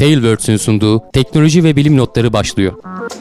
Tailwords'ün sunduğu teknoloji ve bilim notları başlıyor.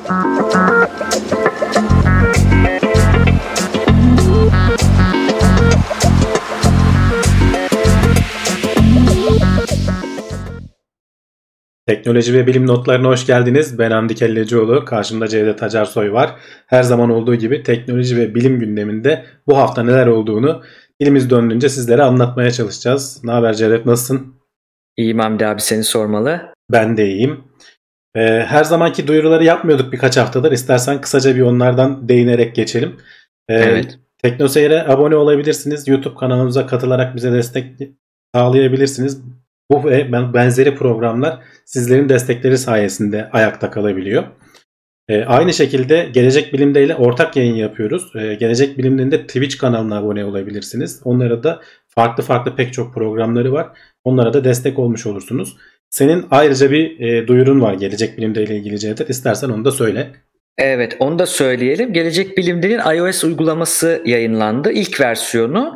Teknoloji ve bilim notlarına hoş geldiniz. Ben Hamdi Kellecioğlu. Karşımda Cevdet Acarsoy var. Her zaman olduğu gibi teknoloji ve bilim gündeminde bu hafta neler olduğunu dilimiz döndüğünce sizlere anlatmaya çalışacağız. Ne haber Cevdet, nasılsın? İyiyim Hamdi abi, seni sormalı. Ben de iyiyim. Her zamanki duyuruları yapmıyorduk birkaç haftadır. İstersen kısaca bir onlardan değinerek geçelim. Evet. Teknoseyir'e abone olabilirsiniz. YouTube kanalımıza katılarak bize destek sağlayabilirsiniz. Bu ve benzeri programlar sizlerin destekleri sayesinde ayakta kalabiliyor. Aynı şekilde Gelecek Bilim'de ile ortak yayın yapıyoruz. Gelecek Bilim'in de Twitch kanalına abone olabilirsiniz. Onlara da farklı pek çok programları var. Onlara da destek olmuş olursunuz. Senin ayrıca bir duyurun var Gelecek Bilim'de ile ilgili Cevdet. İstersen onu da söyle. Evet, onu da söyleyelim. Gelecek Bilim'in iOS uygulaması yayınlandı. İlk versiyonu.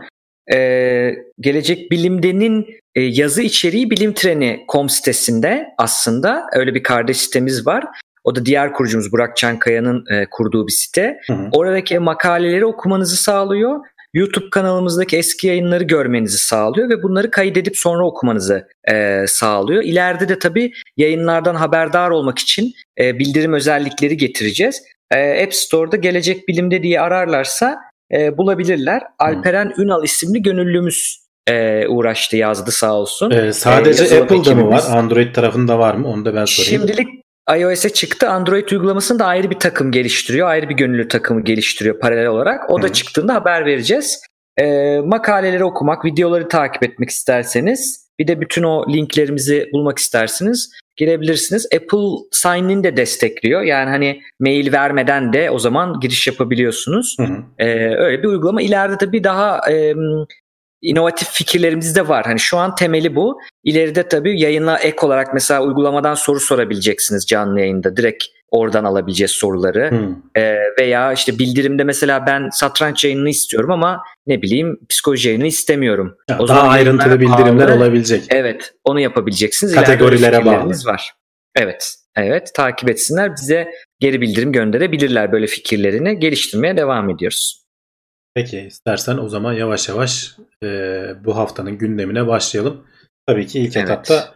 Gelecek Bilim'denin yazı içeriği bilimtreni.com sitesinde aslında öyle bir kardeş sitemiz var. O da diğer kurucumuz Burak Çankaya'nın kurduğu bir site. Oradaki makaleleri okumanızı sağlıyor. YouTube kanalımızdaki eski yayınları görmenizi sağlıyor ve bunları kaydedip sonra okumanızı sağlıyor. İleride de tabii yayınlardan haberdar olmak için bildirim özellikleri getireceğiz. App Store'da Gelecek Bilim'de diye ararlarsa bulabilirler. Alperen Ünal isimli gönüllümüz uğraştı, yazdı sağ olsun. Sadece Apple'da mı var? Android tarafında var mı? Onu da ben sorayım. Şimdilik iOS'e çıktı. Android uygulamasını da ayrı bir takım geliştiriyor. Ayrı bir gönüllü takımı geliştiriyor paralel olarak. O da çıktığında haber vereceğiz. Makaleleri okumak, videoları takip etmek isterseniz, bir de bütün o linklerimizi bulmak isterseniz girebilirsiniz. Apple Sign-in de destekliyor. Yani hani mail vermeden de o zaman giriş yapabiliyorsunuz. Öyle bir uygulama. İleride tabii daha inovatif fikirlerimiz de var. Hani şu an temeli bu. İleride tabii yayına ek olarak mesela uygulamadan soru sorabileceksiniz canlı yayında. Direkt oradan alabileceğiz soruları. Veya işte bildirimde mesela ben satranç yayınını istiyorum ama ne bileyim psikoloji yayını istemiyorum. Ya, o daha zaman ayrıntılı bildirimler olabilecek. Evet, onu yapabileceksiniz. Kategorilere bağlı. Var. Evet, takip etsinler. Bize geri bildirim gönderebilirler, böyle fikirlerini geliştirmeye devam ediyoruz. Peki, istersen o zaman yavaş yavaş bu haftanın gündemine başlayalım. Tabii ki ilk etapta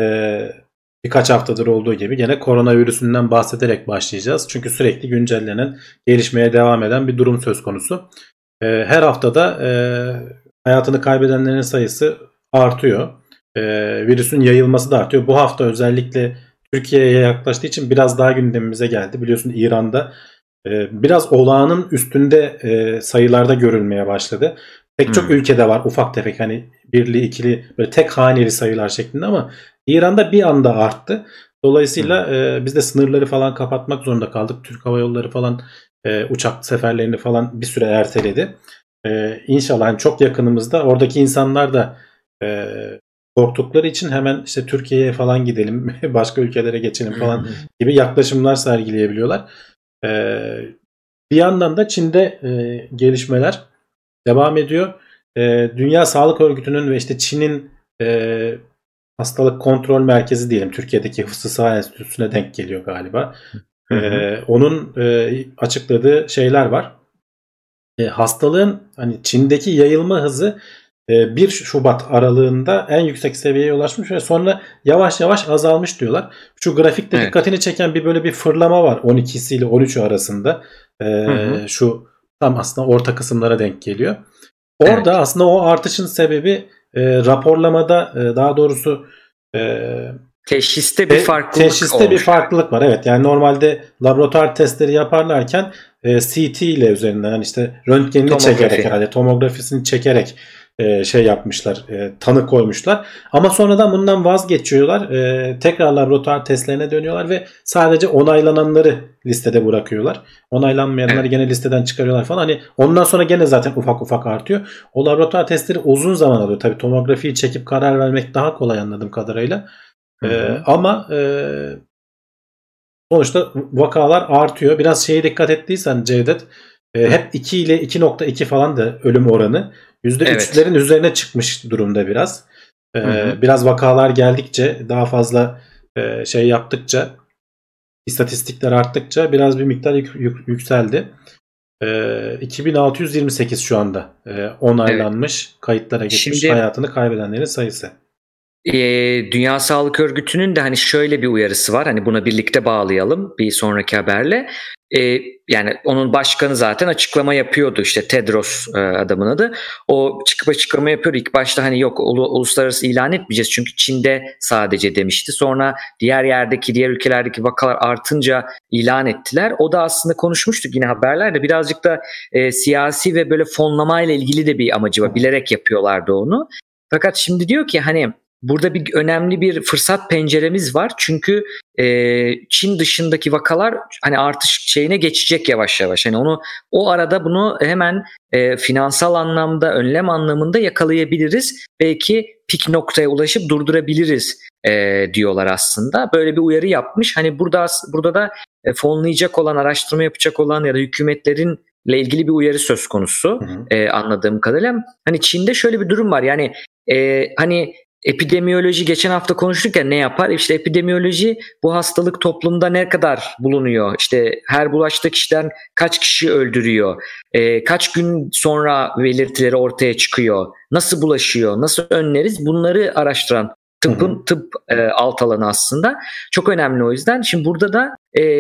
birkaç haftadır olduğu gibi gene koronavirüsünden bahsederek başlayacağız. Çünkü sürekli güncellenen, gelişmeye devam eden bir durum söz konusu. Her haftada hayatını kaybedenlerin sayısı artıyor. Virüsün yayılması da artıyor. Bu hafta özellikle Türkiye'ye yaklaştığı için biraz daha gündemimize geldi. Biliyorsun İran'da biraz olağanın üstünde sayılarda görülmeye başladı. Pek çok ülkede var ufak tefek, hani birli ikili böyle tek haneli sayılar şeklinde, ama İran'da bir anda arttı. Dolayısıyla biz de sınırları falan kapatmak zorunda kaldık. Türk Hava Yolları falan uçak seferlerini falan bir süre erteledi. İnşallah yani çok yakınımızda oradaki insanlar da korktukları için hemen işte Türkiye'ye falan gidelim, başka ülkelere geçelim falan gibi yaklaşımlar sergileyebiliyorlar. Bir yandan da Çin'de gelişmeler devam ediyor. Dünya Sağlık Örgütü'nün ve işte Çin'in hastalık kontrol merkezi diyelim, Türkiye'deki Hıfzı Sıha Enstitüsü'ne denk geliyor galiba. Onun açıkladığı şeyler var. Hastalığın hani Çin'deki yayılma hızı 1 Şubat aralığında en yüksek seviyeye ulaşmış ve sonra yavaş yavaş azalmış diyorlar. Şu grafikte dikkatini çeken böyle bir fırlama var 12'si ile 13'ü arasında. Şu tam aslında orta kısımlara denk geliyor. Orada aslında o artışın sebebi raporlamada, daha doğrusu teşhiste bir farklılık var. Evet, yani normalde laboratuvar testleri yaparlarken CT ile üzerinden, yani işte röntgenini çekerek, herhalde tomografisini çekerek şey yapmışlar, tanı koymuşlar. Ama sonradan bundan vazgeçiyorlar. Tekrar laboratuvar testlerine dönüyorlar ve sadece onaylananları listede bırakıyorlar. Onaylanmayanları gene listeden çıkarıyorlar falan. Hani ondan sonra gene zaten ufak ufak artıyor. O laboratuvar testleri uzun zaman alıyor. Tabii tomografiyi çekip karar vermek daha kolay anladığım kadarıyla. Ama sonuçta vakalar artıyor. Biraz şeye dikkat ettiysen Cevdet, hep 2 ile 2.2 falan da ölüm oranı. %3'lerin üzerine çıkmış durumda biraz. Biraz vakalar geldikçe, daha fazla şey yaptıkça, istatistikler arttıkça biraz bir miktar yükseldi. 2628 şu anda onaylanmış, kayıtlara geçmiş Şimdi hayatını kaybedenlerin sayısı. Dünya Sağlık Örgütü'nün de hani şöyle bir uyarısı var. Hani buna birlikte bağlayalım bir sonraki haberle. Yani onun başkanı zaten açıklama yapıyordu, işte Tedros adamın adı. O çıkıp açıklama yapıyordu. İlk başta hani yok uluslararası ilan etmeyeceğiz çünkü Çin'de sadece demişti. Sonra diğer ülkelerdeki vakalar artınca ilan ettiler. O da aslında konuşmuştuk yine haberlerde, birazcık da siyasi ve böyle fonlamayla ilgili de bir amacı var. Bilerek yapıyorlardı onu. Fakat şimdi diyor ki hani burada bir önemli bir fırsat penceremiz var. Çünkü Çin dışındaki vakalar hani artış şeyine geçecek yavaş yavaş. Hani o arada bunu hemen finansal anlamda, önlem anlamında yakalayabiliriz. Belki pik noktaya ulaşıp durdurabiliriz diyorlar aslında. Böyle bir uyarı yapmış. Hani burada da fonlayacak olan, araştırma yapacak olan ya da hükümetlerin ilgili bir uyarı söz konusu anladığım kadarıyla. Hani Çin'de şöyle bir durum var. Yani hani epidemiyoloji, geçen hafta konuştuk ya, ne yapar? İşte epidemiyoloji, bu hastalık toplumda ne kadar bulunuyor? İşte her bulaştığı kişiden kaç kişi öldürüyor? Kaç gün sonra belirtileri ortaya çıkıyor? Nasıl bulaşıyor? Nasıl önleriz? Bunları araştıran tıp alt alanı aslında. Çok önemli o yüzden. Şimdi burada da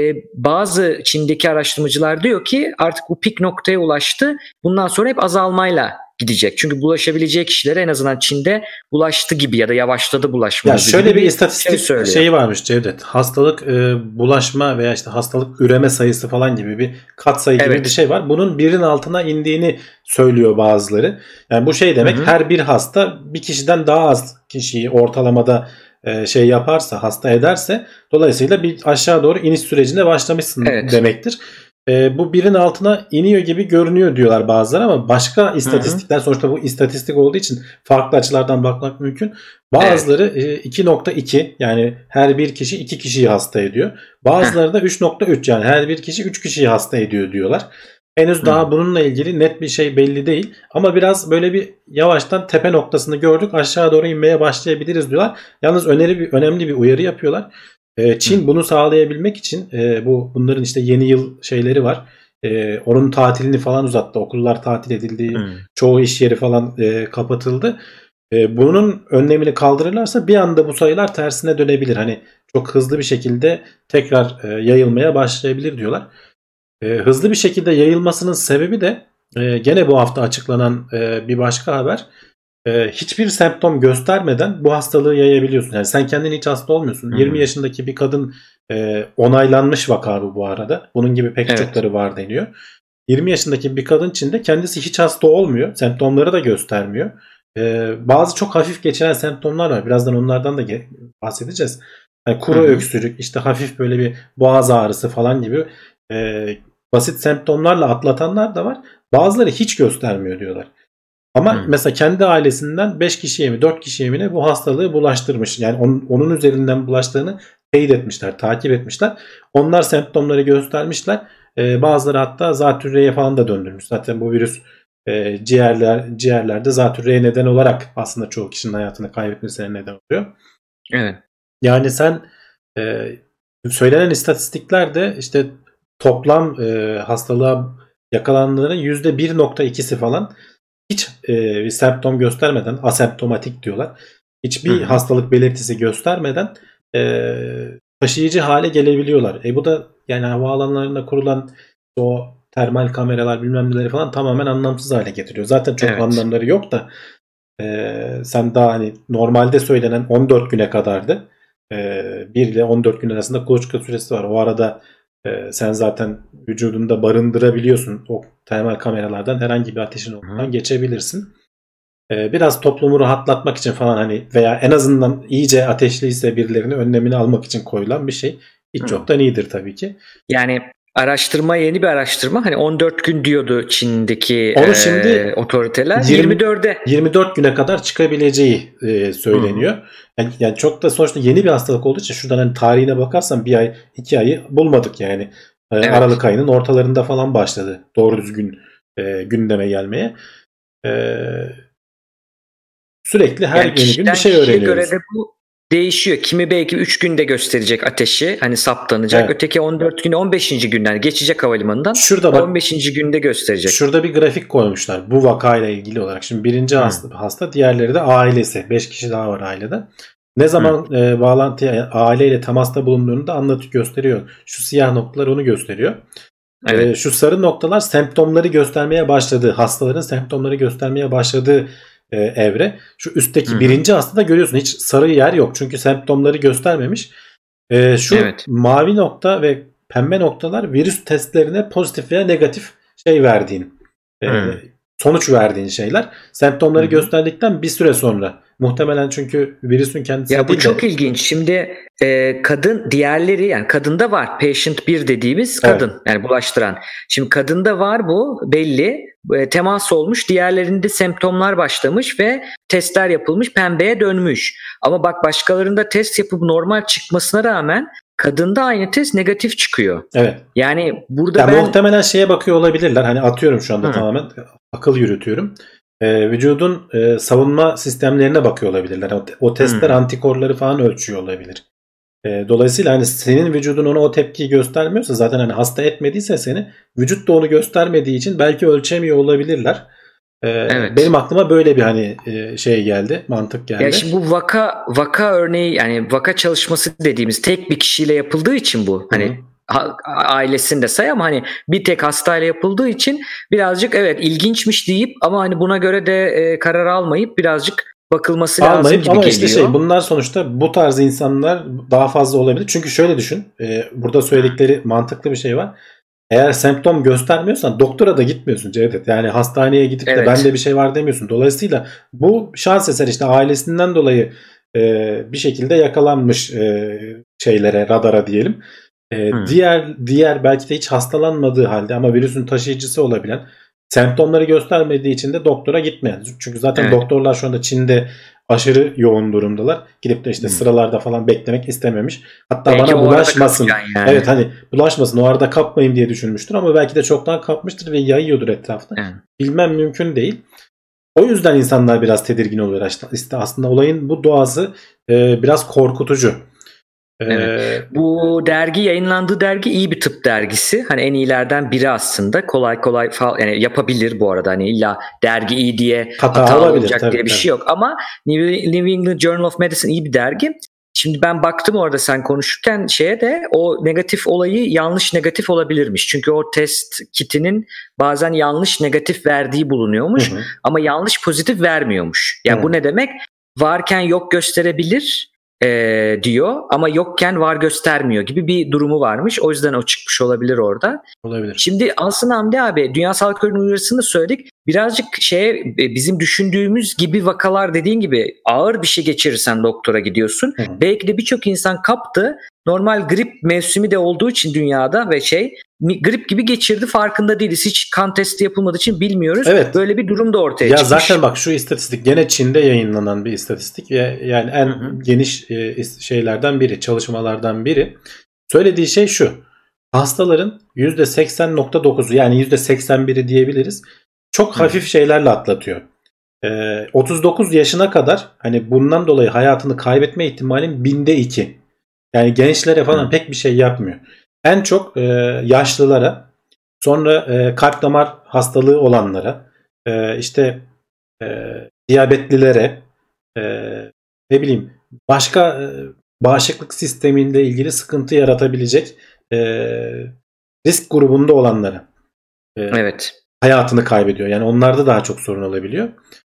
bazı Çin'deki araştırmacılar diyor ki artık bu pik noktaya ulaştı. Bundan sonra hep azalmayla gidecek. Çünkü bulaşabileceği kişilere en azından Çin'de bulaştı gibi ya da yavaşladı bulaşma. Ya şöyle bir istatistik şeyi varmış Cevdet. Hastalık bulaşma veya işte hastalık üreme sayısı falan gibi bir katsayı gibi bir şey var. Bunun birin altına indiğini söylüyor bazıları. Yani bu şey demek, her bir hasta bir kişiden daha az kişiyi ortalamada şey yaparsa, hasta ederse, dolayısıyla bir aşağı doğru iniş sürecine başlamışsın demektir. Bu birin altına iniyor gibi görünüyor diyorlar bazıları ama başka istatistikler, sonuçta bu istatistik olduğu için farklı açılardan bakmak mümkün. Bazıları 2.2, yani her bir kişi 2 kişiyi hasta ediyor. Bazıları da 3.3, yani her bir kişi 3 kişiyi hasta ediyor diyorlar. Henüz daha bununla ilgili net bir şey belli değil ama biraz böyle bir yavaştan tepe noktasını gördük, aşağı doğru inmeye başlayabiliriz diyorlar. Yalnız önemli bir uyarı yapıyorlar. Çin bunu sağlayabilmek için bunların işte yeni yıl şeyleri var. Onun tatilini falan uzattı. Okullar tatil edildi. Çoğu iş yeri falan kapatıldı. Bunun önlemini kaldırırlarsa bir anda bu sayılar tersine dönebilir. Hani çok hızlı bir şekilde tekrar yayılmaya başlayabilir diyorlar. Hızlı bir şekilde yayılmasının sebebi de gene bu hafta açıklanan bir başka haber. Hiçbir semptom göstermeden bu hastalığı yayabiliyorsun. Yani sen kendin hiç hasta olmuyorsun. 20 yaşındaki bir kadın, onaylanmış vaka bu arada. Bunun gibi pek çokları var deniyor. 20 yaşındaki bir kadın için de kendisi hiç hasta olmuyor. Semptomları da göstermiyor. Bazı çok hafif geçiren semptomlar var. Birazdan onlardan da bahsedeceğiz. Yani kuru öksürük, işte hafif böyle bir boğaz ağrısı falan gibi basit semptomlarla atlatanlar da var. Bazıları hiç göstermiyor diyorlar. Ama mesela kendi ailesinden 5 kişiye mi 4 kişiye mi ne bu hastalığı bulaştırmış. Yani onun üzerinden bulaştığını teyit etmişler, takip etmişler. Onlar semptomları göstermişler. Bazıları hatta zatürreye falan da döndürmüş. Zaten bu virüs ciğerlerde zatürreye neden olarak aslında çoğu kişinin hayatını kaybetmesine neden oluyor. Evet. Yani sen söylenen istatistiklerde işte toplam hastalığa yakalananların %1.2'si falan hiç bir semptom göstermeden, asemptomatik diyorlar, hiçbir hastalık belirtisi göstermeden taşıyıcı hale gelebiliyorlar. Bu da yani havaalanlarında kurulan o termal kameralar bilmem neleri falan tamamen anlamsız hale getiriyor. Zaten çok anlamları yok da sen daha hani normalde söylenen 14 güne kadardı. 1 ile 14 gün arasında kuluçka süresi var. O arada sen zaten vücudunda barındırabiliyorsun. O termal kameralardan herhangi bir ateşin olduğundan geçebilirsin. Biraz toplumu rahatlatmak için falan, hani veya en azından iyice ateşliyse birilerini önlemini almak için koyulan bir şey. Hiç çoktan iyidir tabii ki. Yani yeni bir araştırma. Hani 14 gün diyordu Çin'deki otoriteler. 24 güne kadar çıkabileceği söyleniyor. Yani çok da sonuçta yeni bir hastalık olduğu için şuradan hani tarihine bakarsan 1 ay 2 ayı bulmadık yani. Aralık ayının ortalarında falan başladı doğru düzgün gündeme gelmeye. Sürekli her yeni gün bir şey öğreniyoruz. Göre de bu değişiyor. Kimi belki 3 günde gösterecek ateşi, hani saptanacak. Evet. Öteki 14 güne, 15. günden geçecek havalimanından. Şurada bak, 15. günde gösterecek. şurada bir grafik koymuşlar bu vakayla ilgili olarak. Şimdi birinci hasta, diğerleri de ailesi. 5 kişi daha var ailede. Ne zaman bağlantıya, aileyle temasta bulunduğunu da anlatıp gösteriyor. Şu siyah noktalar onu gösteriyor. Evet. Şu sarı noktalar semptomları göstermeye başladığı, hastaların semptomları göstermeye başladığı evre. Şu üstteki birinci hastada görüyorsun hiç sarı yer yok. Çünkü semptomları göstermemiş. Şu Evet. mavi nokta ve pembe noktalar virüs testlerine pozitif veya negatif verdiğin, sonuç verdiğin şeyler. Semptomları gösterdikten bir süre sonra. Muhtemelen çünkü virüsün kendisi Ya bu değil de- çok ilginç. Şimdi kadın, diğerleri, yani kadında var. Patient 1 dediğimiz kadın, yani bulaştıran. Şimdi kadında var, bu belli. Temas olmuş. Diğerlerinde semptomlar başlamış ve testler yapılmış. Pembeye dönmüş. Ama bak, başkalarında test yapıp normal çıkmasına rağmen kadında aynı test negatif çıkıyor. Evet. Yani burada Ya ben... muhtemelen şeye bakıyor olabilirler. Hani atıyorum şu anda tamamen akıl yürütüyorum. Vücudun savunma sistemlerine bakıyor olabilirler. O testler antikorları falan ölçüyor olabilir. Dolayısıyla hani senin vücudun ona o tepkiyi göstermiyorsa, zaten hani hasta etmediyse seni, vücut da onu göstermediği için belki ölçemiyor olabilirler. Evet. Benim aklıma böyle bir hani şey geldi, mantık geldi. Ya şimdi bu vaka örneği, yani vaka çalışması dediğimiz tek bir kişiyle yapıldığı için bu. Hani ailesini de say ama hani bir tek hastayla yapıldığı için birazcık evet ilginçmiş deyip ama hani buna göre de karar almayıp birazcık bakılması lazım gibi ama geliyor. işte bunlar sonuçta bu tarz insanlar daha fazla olabilir. Çünkü şöyle düşün, burada söyledikleri mantıklı bir şey var. Eğer semptom göstermiyorsan doktora da gitmiyorsun Cevdet. Yani hastaneye gidip de bende bir şey var demiyorsun. Dolayısıyla bu şans eseri işte ailesinden dolayı bir şekilde yakalanmış şeylere, radara diyelim. Diğer belki de hiç hastalanmadığı halde ama virüsün taşıyıcısı olabilen, semptomları göstermediği için de doktora gitmeyen. Çünkü zaten doktorlar şu anda Çin'de aşırı yoğun durumdalar. Gidip de işte sıralarda falan beklemek istememiş. Hatta belki bana bulaşmasın. Yani. Evet, hani bulaşmasın, o arada kapmayayım diye düşünmüştür ama belki de çoktan kapmıştır ve yayıyordur etrafta. Bilmem mümkün değil. O yüzden insanlar biraz tedirgin oluyor. İşte aslında olayın bu doğası biraz korkutucu. Evet. Bu dergi, yayınlandığı dergi iyi bir tıp dergisi. Hani en iyilerden biri aslında. Kolay yani yapabilir bu arada. Hani illa dergi iyi diye hata olacak diye bir şey yok. Ama New England Journal of Medicine iyi bir dergi. Şimdi ben baktım orada sen konuşurken şeye de, o negatif olayı yanlış negatif olabilirmiş. Çünkü o test kitinin bazen yanlış negatif verdiği bulunuyormuş. Ama yanlış pozitif vermiyormuş. Yani bu ne demek? Varken yok gösterebilir diyor ama yokken var göstermiyor gibi bir durumu varmış. O yüzden o çıkmış olabilir orada. Olabilir. Şimdi aslında Hamdi abi, Dünya Sağlık Örgütü'nün uyarısını söyledik. Birazcık bizim düşündüğümüz gibi vakalar, dediğin gibi ağır bir şey geçirirsen doktora gidiyorsun. Belki de birçok insan kaptı. Normal grip mevsimi de olduğu için dünyada ve grip gibi geçirdi, farkında değiliz. Hiç kan testi yapılmadığı için bilmiyoruz. Evet. Böyle bir durum da ortaya çıkmış. Ya zaten bak, şu istatistik gene Çin'de yayınlanan bir istatistik. Yani en geniş şeylerden biri, çalışmalardan biri. Söylediği şey şu: hastaların %80.9'u, yani %81'i diyebiliriz, çok hafif şeylerle atlatıyor. 39 yaşına kadar hani bundan dolayı hayatını kaybetme ihtimalin 2/1000. Yani gençlere falan pek bir şey yapmıyor. En çok yaşlılara, sonra kalp damar hastalığı olanlara, işte diyabetlilere, ne bileyim başka bağışıklık sistemiyle ilgili sıkıntı yaratabilecek risk grubunda olanlara hayatını kaybediyor. Yani onlarda daha çok sorun olabiliyor.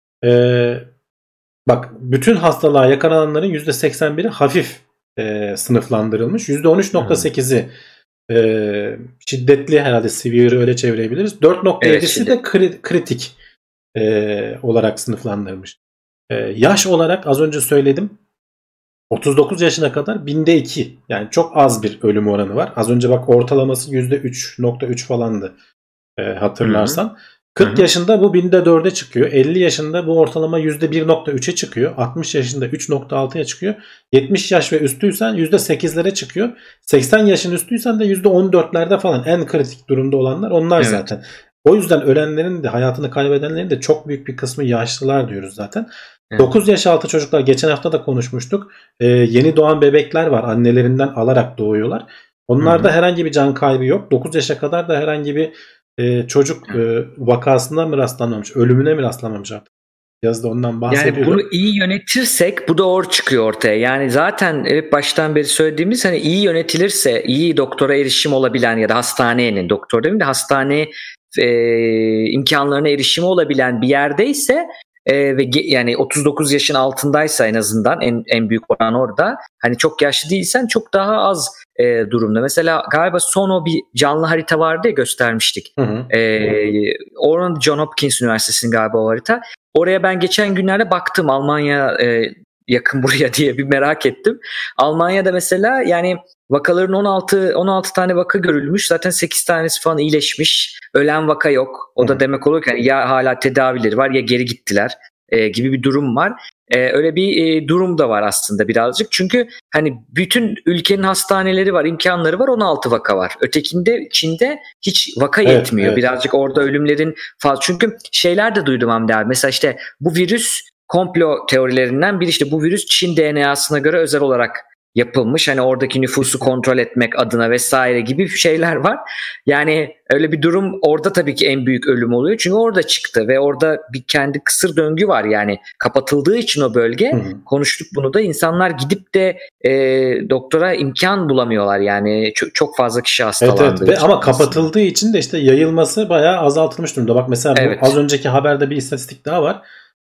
Bak, bütün hastalığa yakalananların %81'i hafif sınıflandırılmış. %13.8'i şiddetli, herhalde severe öyle çevirebiliriz. 4.7'si de kritik olarak sınıflandırılmış. Yaş olarak az önce söyledim. 39 yaşına kadar 2/1000, yani çok az bir ölüm oranı var. Az önce bak, ortalaması %3.3 falandı hatırlarsan. 40 yaşında bu 4'e çıkıyor. 50 yaşında bu ortalama %1.3'e çıkıyor. 60 yaşında 3.6'ya çıkıyor. 70 yaş ve üstüysen %8'lere çıkıyor. 80 yaşın üstüysen de %14'lerde falan, en kritik durumda olanlar onlar zaten. O yüzden ölenlerin de hayatını kaybedenlerin de çok büyük bir kısmı yaşlılar diyoruz zaten. Evet. 9 yaş altı çocuklar, geçen hafta da konuşmuştuk. Yeni doğan bebekler var. Annelerinden alarak doğuyorlar. Onlarda herhangi bir can kaybı yok. 9 yaşa kadar da herhangi bir çocuk vakasına mı rastlanmamış, ölümüne mi rastlanmamış artık. Yazıda ondan bahsediyor. Yani bunu iyi yönetirsek bu doğru çıkıyor ortaya. Yani zaten hep baştan beri söylediğimiz hani iyi yönetilirse, iyi doktora erişim olabilen ya da hastanenin, doktor demeyeyim de hastane imkanlarına erişimi olabilen bir yerdeyse ve yani 39 yaşın altındaysa en azından en büyük oran orada. Hani çok yaşlı değilsen çok daha az durumda. Mesela galiba son o bir canlı harita vardı ya, göstermiştik. Oranın John Hopkins Üniversitesi'nin galiba o harita. Oraya ben geçen günlerde baktım, Almanya yakın buraya diye bir merak ettim. Almanya'da mesela yani vakaların 16 tane vaka görülmüş. Zaten 8 tanesi falan iyileşmiş. Ölen vaka yok. O da demek oluyor ki yani ya hala tedavileri var ya geri gittiler gibi bir durum var. Öyle bir durum da var aslında birazcık. Çünkü hani bütün ülkenin hastaneleri var, imkanları var, 16 vaka var. Ötekinde Çin'de hiç vaka yetmiyor. Evet. Birazcık orada ölümlerin fazla. Çünkü şeyler de duydum Hamdi abi. Mesela işte bu virüs komplo teorilerinden biri, işte bu virüs Çin DNA'sına göre özel olarak yapılmış. Hani oradaki nüfusu kontrol etmek adına vesaire gibi şeyler var. Yani öyle bir durum orada tabii ki en büyük ölüm oluyor. Çünkü orada çıktı ve orada bir kendi kısır döngü var. Yani kapatıldığı için o bölge, konuştuk bunu da, insanlar gidip de doktora imkan bulamıyorlar. Yani çok fazla kişi hastalandığı için. Ama aslında kapatıldığı için de işte yayılması bayağı azaltılmış durumda. Bak mesela bu az önceki haberde bir istatistik daha var.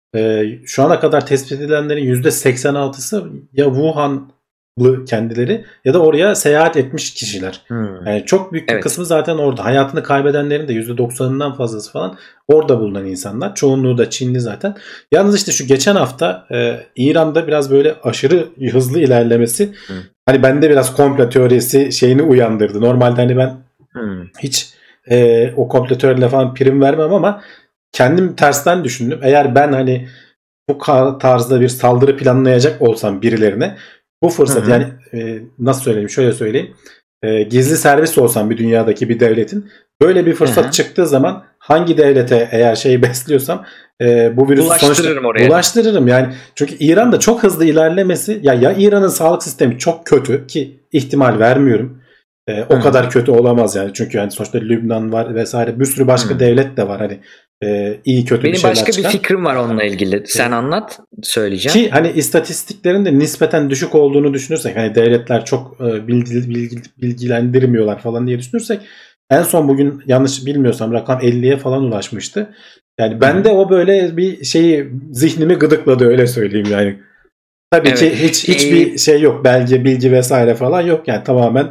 Şu ana kadar tespit edilenlerin %86'sı ya Wuhan'lı kendileri ya da oraya seyahat etmiş kişiler. Yani çok büyük bir kısmı zaten orada. Hayatını kaybedenlerin de %90'ından fazlası falan orada bulunan insanlar. Çoğunluğu da Çinli zaten. Yalnız işte şu geçen hafta İran'da biraz böyle aşırı hızlı ilerlemesi hani bende biraz komplo teorisi şeyini uyandırdı. Normalde hani ben hiç o komplo teorilerine falan prim vermem ama kendim tersten düşündüm. Eğer ben hani bu tarzda bir saldırı planlayacak olsam birilerine, bu fırsat yani nasıl söyleyeyim, şöyle söyleyeyim, gizli servis olsam bir dünyadaki bir devletin, böyle bir fırsat çıktığı zaman hangi devlete eğer şeyi besliyorsam bu virüsü sonuçta bulaştırırım yani. Çünkü İran'da çok hızlı ilerlemesi, ya İran'ın sağlık sistemi çok kötü ki ihtimal vermiyorum. O kadar kötü olamaz yani. Çünkü yani sonuçta Lübnan var vesaire, bir sürü başka devlet de var hani iyi kötü bir şeyler çıkan. Benim başka bir fikrim var onunla ilgili. Sen anlat, söyleyeceğim. Ki hani istatistiklerin de nispeten düşük olduğunu düşünürsek, hani devletler çok bilgilendirmiyorlar falan diye düşünürsek, en son bugün yanlış bilmiyorsam rakam 50'ye falan ulaşmıştı. Yani ben de o böyle bir şeyi, zihnimi gıdıkladı, öyle söyleyeyim yani. Tabii ki hiçbir şey yok, belge, bilgi vesaire falan yok yani, tamamen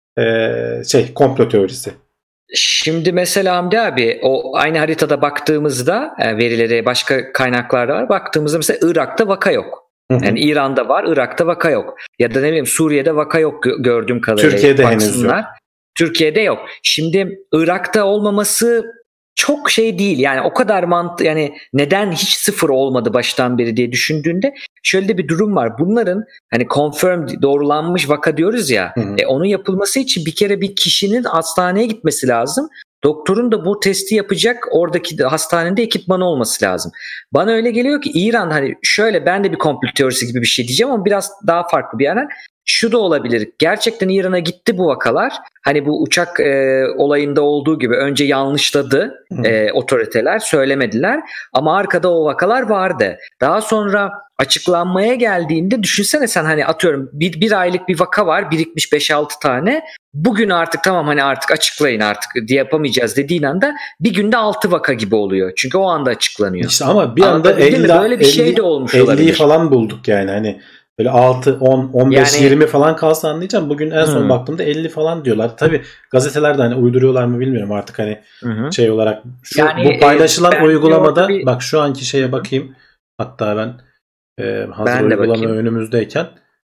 komplo teorisi. Şimdi mesela Hamdi abi, o aynı haritada baktığımızda verilere, başka kaynaklarda var. Baktığımızda mesela Irak'ta vaka yok. Yani İran'da var, Irak'ta vaka yok. Ya da ne bileyim Suriye'de vaka yok gördüğüm kadarıyla. Türkiye'de henüz yok. Türkiye'de yok. Şimdi Irak'ta olmaması çok şey değil. Yani o kadar yani neden hiç sıfır olmadı baştan beri diye düşündüğünde şöyle de bir durum var. Bunların hani confirmed, doğrulanmış vaka diyoruz ya. Onun yapılması için bir kere bir kişinin hastaneye gitmesi lazım. Doktorun da bu testi yapacak oradaki hastanede ekipmanı olması lazım. Bana öyle geliyor ki İran, hani şöyle, ben de bir komplo teorisi gibi bir şey diyeceğim ama biraz daha farklı bir yerden. Şu da olabilir. Gerçekten İran'a gitti bu vakalar. Hani bu uçak olayında olduğu gibi önce yanlışladı otoriteler, söylemediler. Ama arkada o vakalar vardı. Daha sonra açıklanmaya geldiğinde düşünsene sen, hani atıyorum bir aylık bir vaka var, birikmiş 5-6 tane. Bugün artık tamam, hani artık açıklayın, artık diye yapamayacağız dediğin anda bir günde 6 vaka gibi oluyor. Çünkü o anda açıklanıyor. İşte ama bir anda böyle bir şey de olmuş 50'yi olabilir. falan bulduk yani, hani böyle 6, 10, 15, yani, 20 falan kalsa anlayacağım. Bugün en son baktığımda 50 falan diyorlar. Tabii gazetelerde hani uyduruyorlar mı bilmiyorum artık, hani şey olarak. Bu paylaşılan uygulamada bak şu anki şeye bakayım. Hatta ben hazır uygulama önümüzdeyken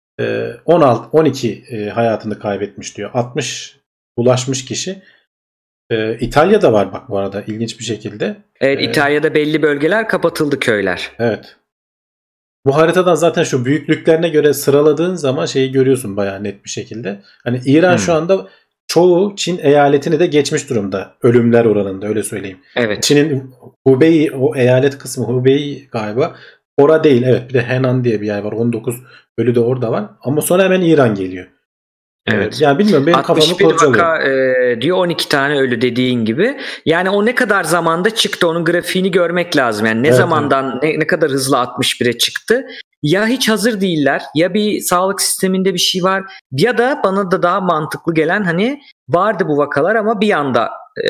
12 hayatını kaybetmiş diyor. 60 bulaşmış kişi. İtalya'da var bak bu arada, ilginç bir şekilde. Evet, İtalya'da belli bölgeler kapatıldı, köyler. Evet. Bu haritadan zaten şu büyüklüklerine göre sıraladığın zaman şeyi görüyorsun bayağı net bir şekilde. Hani İran şu anda çoğu Çin eyaletini de geçmiş durumda. Ölümler oranında, öyle söyleyeyim. Evet. Çin'in Hubei, o eyalet kısmı Hubei galiba. Ora değil, evet, bir de Henan diye bir yer var. 19 ölü de orada var. Ama sonra hemen İran geliyor. Evet. Yani bilmiyorum, benim kafamı 61 kurcalıyor. vaka diyor, 12 tane ölü dediğin gibi. Yani o ne kadar zamanda çıktı, onun grafiğini görmek lazım. Yani ne zamandan ne kadar hızlı 61'e çıktı. Ya hiç hazır değiller, ya bir sağlık sisteminde bir şey var, ya da bana da daha mantıklı gelen hani vardı bu vakalar ama bir anda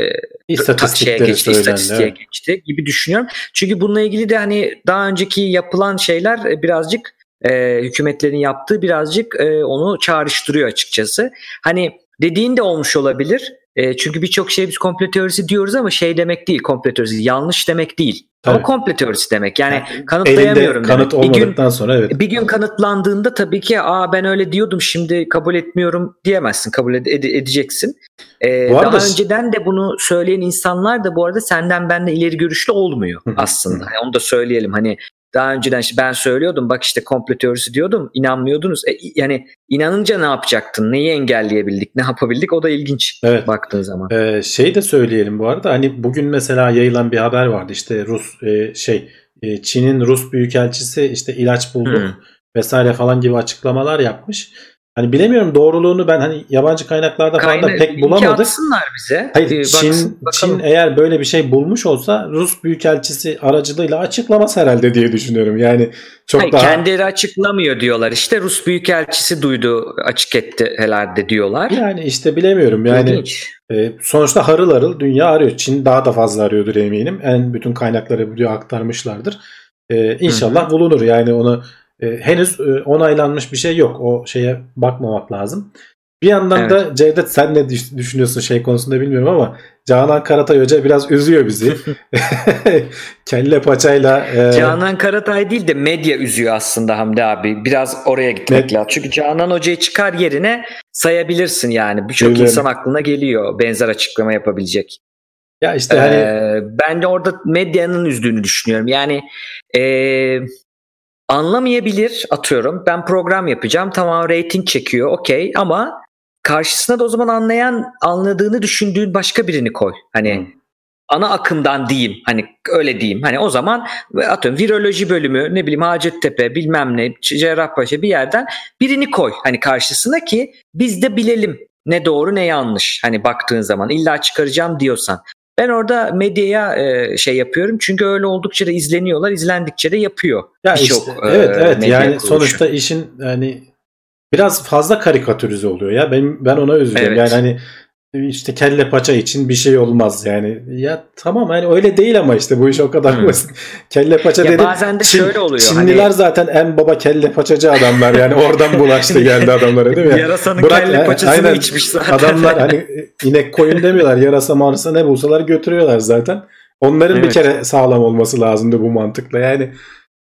istatistiğe geçti gibi düşünüyorum. Çünkü bununla ilgili de hani daha önceki yapılan şeyler birazcık hükümetlerin yaptığı birazcık onu çağrıştırıyor açıkçası. Hani dediğin de olmuş olabilir. Çünkü birçok şey biz komplo teorisi diyoruz ama şey demek değil, komplo teorisi yanlış demek değil. Tabii. Ama komplo teorisi demek. Yani kanıtlayamıyorum. Kanıt olmadıktan sonra evet. Bir gün kanıtlandığında tabii ki ben öyle diyordum şimdi kabul etmiyorum diyemezsin. Kabul edeceksin. Daha önceden de bunu söyleyen insanlar da bu arada senden benden ileri görüşlü olmuyor aslında. Yani onu da söyleyelim. Hani daha önceden işte ben söylüyordum, bak işte komplo teorisi diyordum, inanmıyordunuz. Yani inanınca ne yapacaktın? Neyi engelleyebildik? Ne yapabildik? O da ilginç baktığın zaman. Şey de söyleyelim bu arada, hani bugün mesela yayılan bir haber vardı, işte Çin'in Rus büyükelçisi işte ilaç bulduk vesaire falan gibi açıklamalar yapmış. Hani bilemiyorum doğruluğunu, ben hani yabancı kaynaklarda falan da pek bulamadık. Atsınlar bize. Hayır, Çin eğer böyle bir şey bulmuş olsa Rus büyükelçisi aracılığıyla açıklamaz herhalde diye düşünüyorum. Yani çok daha... Kendileri açıklamıyor diyorlar. İşte Rus büyükelçisi duydu, açık etti herhalde diyorlar. Yani işte bilemiyorum. Yani sonuçta harıl harıl dünya arıyor. Çin daha da fazla arıyordur eminim. Bütün kaynakları buraya aktarmışlardır. İnşallah bulunur. Yani onu henüz onaylanmış bir şey yok. O şeye bakmamak lazım. Bir yandan da Cevdet, sen ne düşünüyorsun şey konusunda bilmiyorum ama Canan Karatay Hoca biraz üzüyor bizi. Kelle paçayla. Canan Karatay değil de medya üzüyor aslında Hamdi abi. Biraz oraya gitmek lazım. Çünkü Canan Hoca'yı çıkar yerine sayabilirsin yani. Birçok insan aklına geliyor benzer açıklama yapabilecek. Ya işte hani ben de orada medyanın üzdüğünü düşünüyorum. Yani anlamayabilir, atıyorum. Ben program yapacağım. Tamam, reyting çekiyor. Okey, ama karşısına da o zaman anladığını düşündüğün başka birini koy. Hani ana akımdan diyeyim. Hani öyle diyeyim. Hani o zaman atıyorum viroloji bölümü, ne bileyim Hacettepe, bilmem ne, Cerrahpaşa bir yerden birini koy. Hani karşısına ki biz de bilelim ne doğru ne yanlış. Hani baktığın zaman illa çıkaracağım diyorsan. Ben orada medyaya şey yapıyorum. Çünkü öyle oldukça da izleniyorlar. İzlendikçe de yapıyor. Ya işte, evet yani kuruluşu. Sonuçta işin hani biraz fazla karikatürize oluyor ya. Ben ona üzülüyorum. Yani hani işte kelle paça için bir şey olmaz yani. Ya tamam, hani öyle değil ama işte bu iş o kadar basit. Kelle paça dedim. Bazen de şöyle oluyor. Çinliler hani... zaten en baba kelle paçacı adamlar yani, oradan bulaştı geldi adamlara değil mi? Yarasanın kelle paçasını içmiş zaten. Adamlar hani inek koyun demiyorlar. Yarasa marsa ne bulsalar götürüyorlar zaten. Onların bir kere sağlam olması lazımdı bu mantıkla. Yani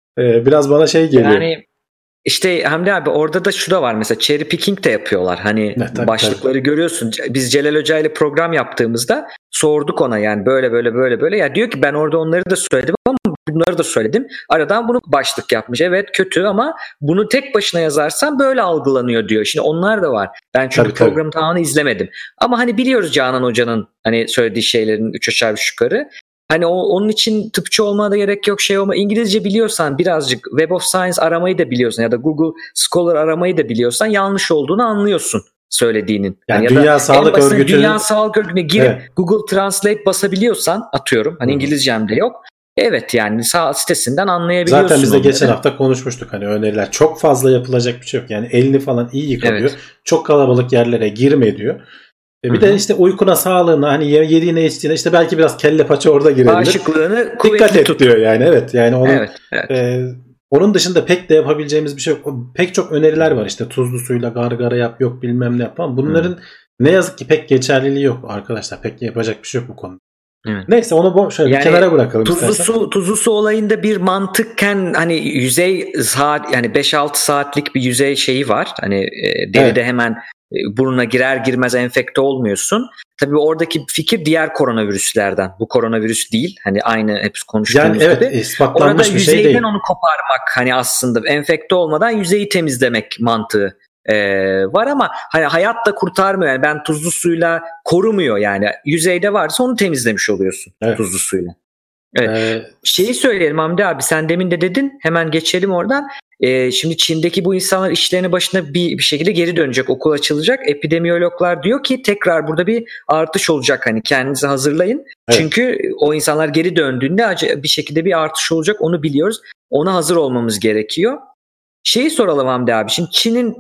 biraz bana şey geliyor. Yani İşte Hamdi abi orada da şu da var, mesela cherry picking de yapıyorlar. Hani başlıkları görüyorsun. Biz Celal Hoca ile program yaptığımızda sorduk ona, yani böyle. Ya diyor ki ben orada onları da söyledim ama bunları da söyledim. Aradan bunu başlık yapmış. Evet kötü ama bunu tek başına yazarsan böyle algılanıyor diyor. Şimdi onlar da var. Ben çünkü programı tamamını izlemedim. Ama hani biliyoruz Canan Hoca'nın hani söylediği şeylerin 3 aşağı 5 yukarı. Hani onun için tıpçı olmaya da gerek yok, şey olma. İngilizce biliyorsan, birazcık Web of Science aramayı da biliyorsan ya da Google Scholar aramayı da biliyorsan yanlış olduğunu anlıyorsun söylediğinin. Yani ya Dünya Sağlık Örgütü'ne Dünya Sağlık Örgütü'ne girip Google Translate basabiliyorsan, atıyorum hani İngilizcem de yok. Evet, yani sitesinden anlayabiliyorsun. Zaten biz de geçen hafta konuşmuştuk, hani öneriler çok fazla yapılacak bir şey yok. Yani elini falan iyi yıka diyor. Çok kalabalık yerlere girme diyor. Bir de işte uykuna, sağlığına, hani yediğine içtiğine, işte belki biraz kelle paça orada girebilir. Bağışıklığını dikkat et diyor yani. Yani onun, onun dışında pek de yapabileceğimiz bir şey yok. Pek çok öneriler var, işte tuzlu suyla gargara yap, yok bilmem ne yap falan. Bunların ne yazık ki pek geçerliliği yok arkadaşlar. Pek yapacak bir şey yok bu konuda. Neyse onu şöyle bir kenara bırakalım. Tuzlu su olayında bir mantıkken hani yüzey saat, yani 5-6 saatlik bir yüzey şeyi var. Hani deride hemen burnuna girer girmez enfekte olmuyorsun. Tabii oradaki fikir diğer koronavirüslerden. Bu koronavirüs değil. Hani aynı hep konuştuğumuz gibi. İspatlanmış orada bir şey değil. yüzeyden onu koparmak, hani aslında enfekte olmadan yüzeyi temizlemek mantığı var ama hani hayat da kurtarmıyor. Yani ben tuzlu suyla korumuyor yani. Yüzeyde varsa onu temizlemiş oluyorsun tuzlu suyla. Evet. Şeyi söyleyelim Hamdi abi, sen demin de dedin, hemen geçelim oradan. Şimdi Çin'deki bu insanlar işlerine başına bir şekilde geri dönecek, okul açılacak. Epidemiyologlar diyor ki tekrar burada bir artış olacak, hani kendinizi hazırlayın. Evet. Çünkü o insanlar geri döndüğünde bir şekilde bir artış olacak, onu biliyoruz. Ona hazır olmamız gerekiyor. Şeyi soralım Hamdi abi, şimdi Çin'in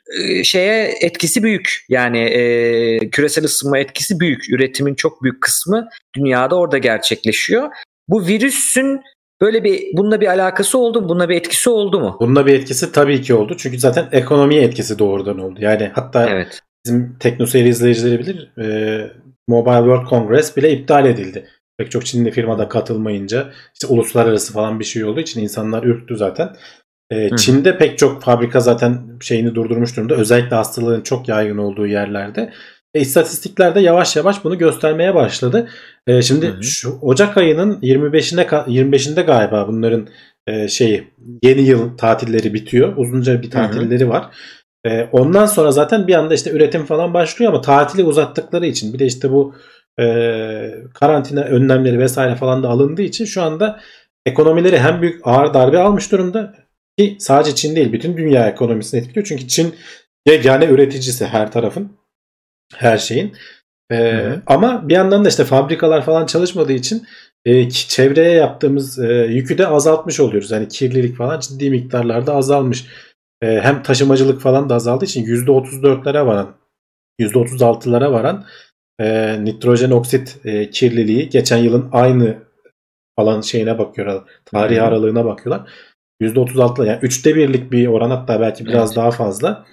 etkisi büyük, yani küresel ısınma etkisi büyük, üretimin çok büyük kısmı dünyada orada gerçekleşiyor. Bu virüsün bununla bir alakası oldu mu? Bununla bir etkisi oldu mu? Bununla bir etkisi tabii ki oldu. Çünkü zaten ekonomiye etkisi doğrudan oldu. Yani hatta bizim TeknoSeyir izleyicileri bilir, Mobile World Congress bile iptal edildi. Pek çok Çinli firmada katılmayınca, işte uluslararası falan bir şey olduğu için insanlar ürktü zaten. Çin'de pek çok fabrika zaten şeyini durdurmuş durumda. Özellikle hastalığın çok yaygın olduğu yerlerde. İstatistikler de yavaş yavaş bunu göstermeye başladı. Şimdi şu Ocak ayının 25'inde galiba bunların yeni yıl tatilleri bitiyor. Uzunca bir tatilleri var. Ondan sonra zaten bir anda işte üretim falan başlıyor ama tatili uzattıkları için, bir de işte bu karantina önlemleri vesaire falan da alındığı için şu anda ekonomileri hem büyük ağır darbe almış durumda, ki sadece Çin değil, bütün dünya ekonomisini etkiliyor. Çünkü Çin yegane üreticisi her tarafın, her şeyin. Ama bir yandan da işte fabrikalar falan çalışmadığı için çevreye yaptığımız yükü de azaltmış oluyoruz. Yani kirlilik falan ciddi miktarlarda azalmış. Hem taşımacılık falan da azaldığı için %34'lere varan, %36'lara varan nitrojen oksit kirliliği geçen yılın aynı falan şeyine bakıyorlar. Tarih aralığına bakıyorlar. %36, yani 1/3'lik bir oran, hatta belki biraz daha fazla.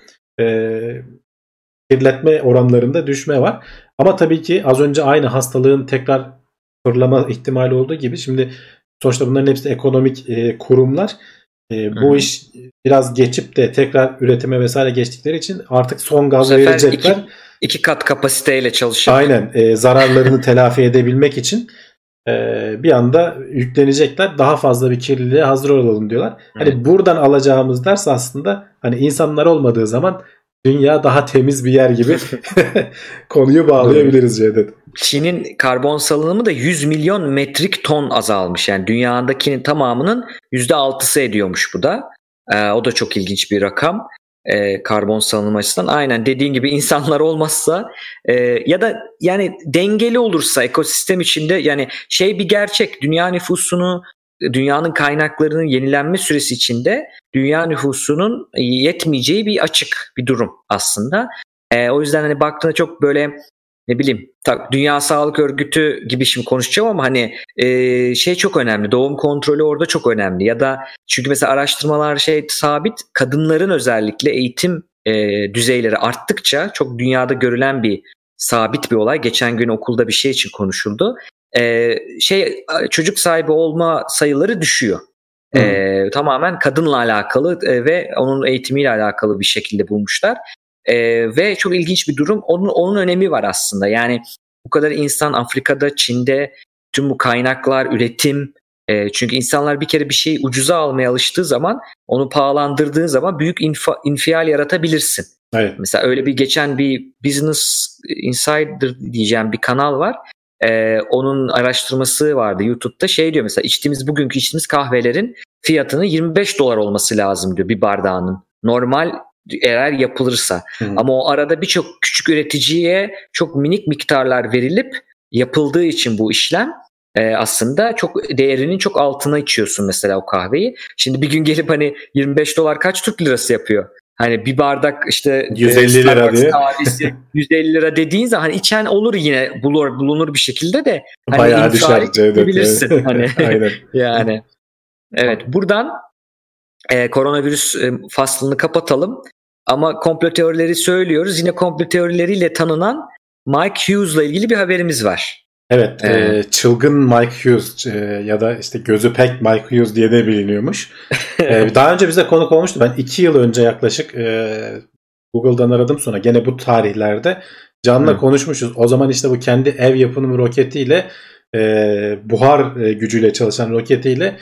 Kirletme oranlarında düşme var. Ama tabii ki az önce aynı hastalığın tekrar fırlama ihtimali olduğu gibi, şimdi sonuçta bunların hepsi ekonomik kurumlar. Bu iş biraz geçip de tekrar üretime vesaire geçtikleri için artık son gaz verecekler. İki kat kapasiteyle çalışıp. Aynen. Zararlarını telafi edebilmek için bir anda yüklenecekler. Daha fazla bir kirliliğe hazır olalım diyorlar. Hani buradan alacağımız ders aslında, hani insanlar olmadığı zaman dünya daha temiz bir yer gibi konuyu bağlayabiliriz Cevdet. Çin'in karbon salınımı da 100 milyon metrik ton azalmış. Yani dünyadakinin tamamının %6'sı ediyormuş bu da. O da çok ilginç bir rakam. Karbon salınımı açısından. Aynen dediğin gibi insanlar olmazsa ya da yani dengeli olursa ekosistem içinde, yani bir gerçek, dünya nüfusunu, dünyanın kaynaklarının yenilenme süresi içinde dünya nüfusunun yetmeyeceği bir açık bir durum aslında. O yüzden hani baktığında çok böyle, ne bileyim, Dünya Sağlık Örgütü gibi şimdi konuşacağım ama hani çok önemli. Doğum kontrolü orada çok önemli. Ya da çünkü mesela araştırmalar sabit, kadınların özellikle eğitim düzeyleri arttıkça, çok dünyada görülen bir sabit bir olay. Geçen gün okulda bir şey için konuşuldu. Çocuk sahibi olma sayıları düşüyor. Tamamen kadınla alakalı ve onun eğitimiyle alakalı bir şekilde bulmuşlar. Ve çok ilginç bir durum. Onun önemi var aslında. Yani bu kadar insan Afrika'da, Çin'de, tüm bu kaynaklar, üretim. Çünkü insanlar bir kere bir şeyi ucuza almaya alıştığı zaman, onu pahalandırdığın zaman büyük infial yaratabilirsin. Evet. Mesela öyle bir geçen bir Business Insider diyeceğim bir kanal var. Onun araştırması vardı YouTube'da, diyor mesela, bugünkü içtiğimiz kahvelerin fiyatının $25 olması lazım diyor bir bardağının. Normal eğer yapılırsa. Ama o arada birçok küçük üreticiye çok minik miktarlar verilip yapıldığı için bu işlem aslında çok değerinin çok altına içiyorsun mesela o kahveyi. Şimdi bir gün gelip hani $25 kaç Türk lirası yapıyor? Hani bir bardak 150 lira diye. Kahvesi 150 lira dediğin zaman hani içen olur, yine bulunur bir şekilde de. Hani bayağı düşer. Bilirsin. Hani aynen. Yani. Evet, buradan koronavirüs faslını kapatalım. Ama komplo teorileri söylüyoruz. Yine komplo teorileriyle tanınan Mike Hughes'la ilgili bir haberimiz var. Evet, çılgın Mike Hughes ya da işte gözü pek Mike Hughes diye de biliniyormuş. Daha önce bize konuk olmuştu. Ben 2 yıl önce yaklaşık Google'dan aradım, sonra gene bu tarihlerde Can'la konuşmuşuz. O zaman işte bu kendi ev yapımı roketiyle, buhar gücüyle çalışan roketiyle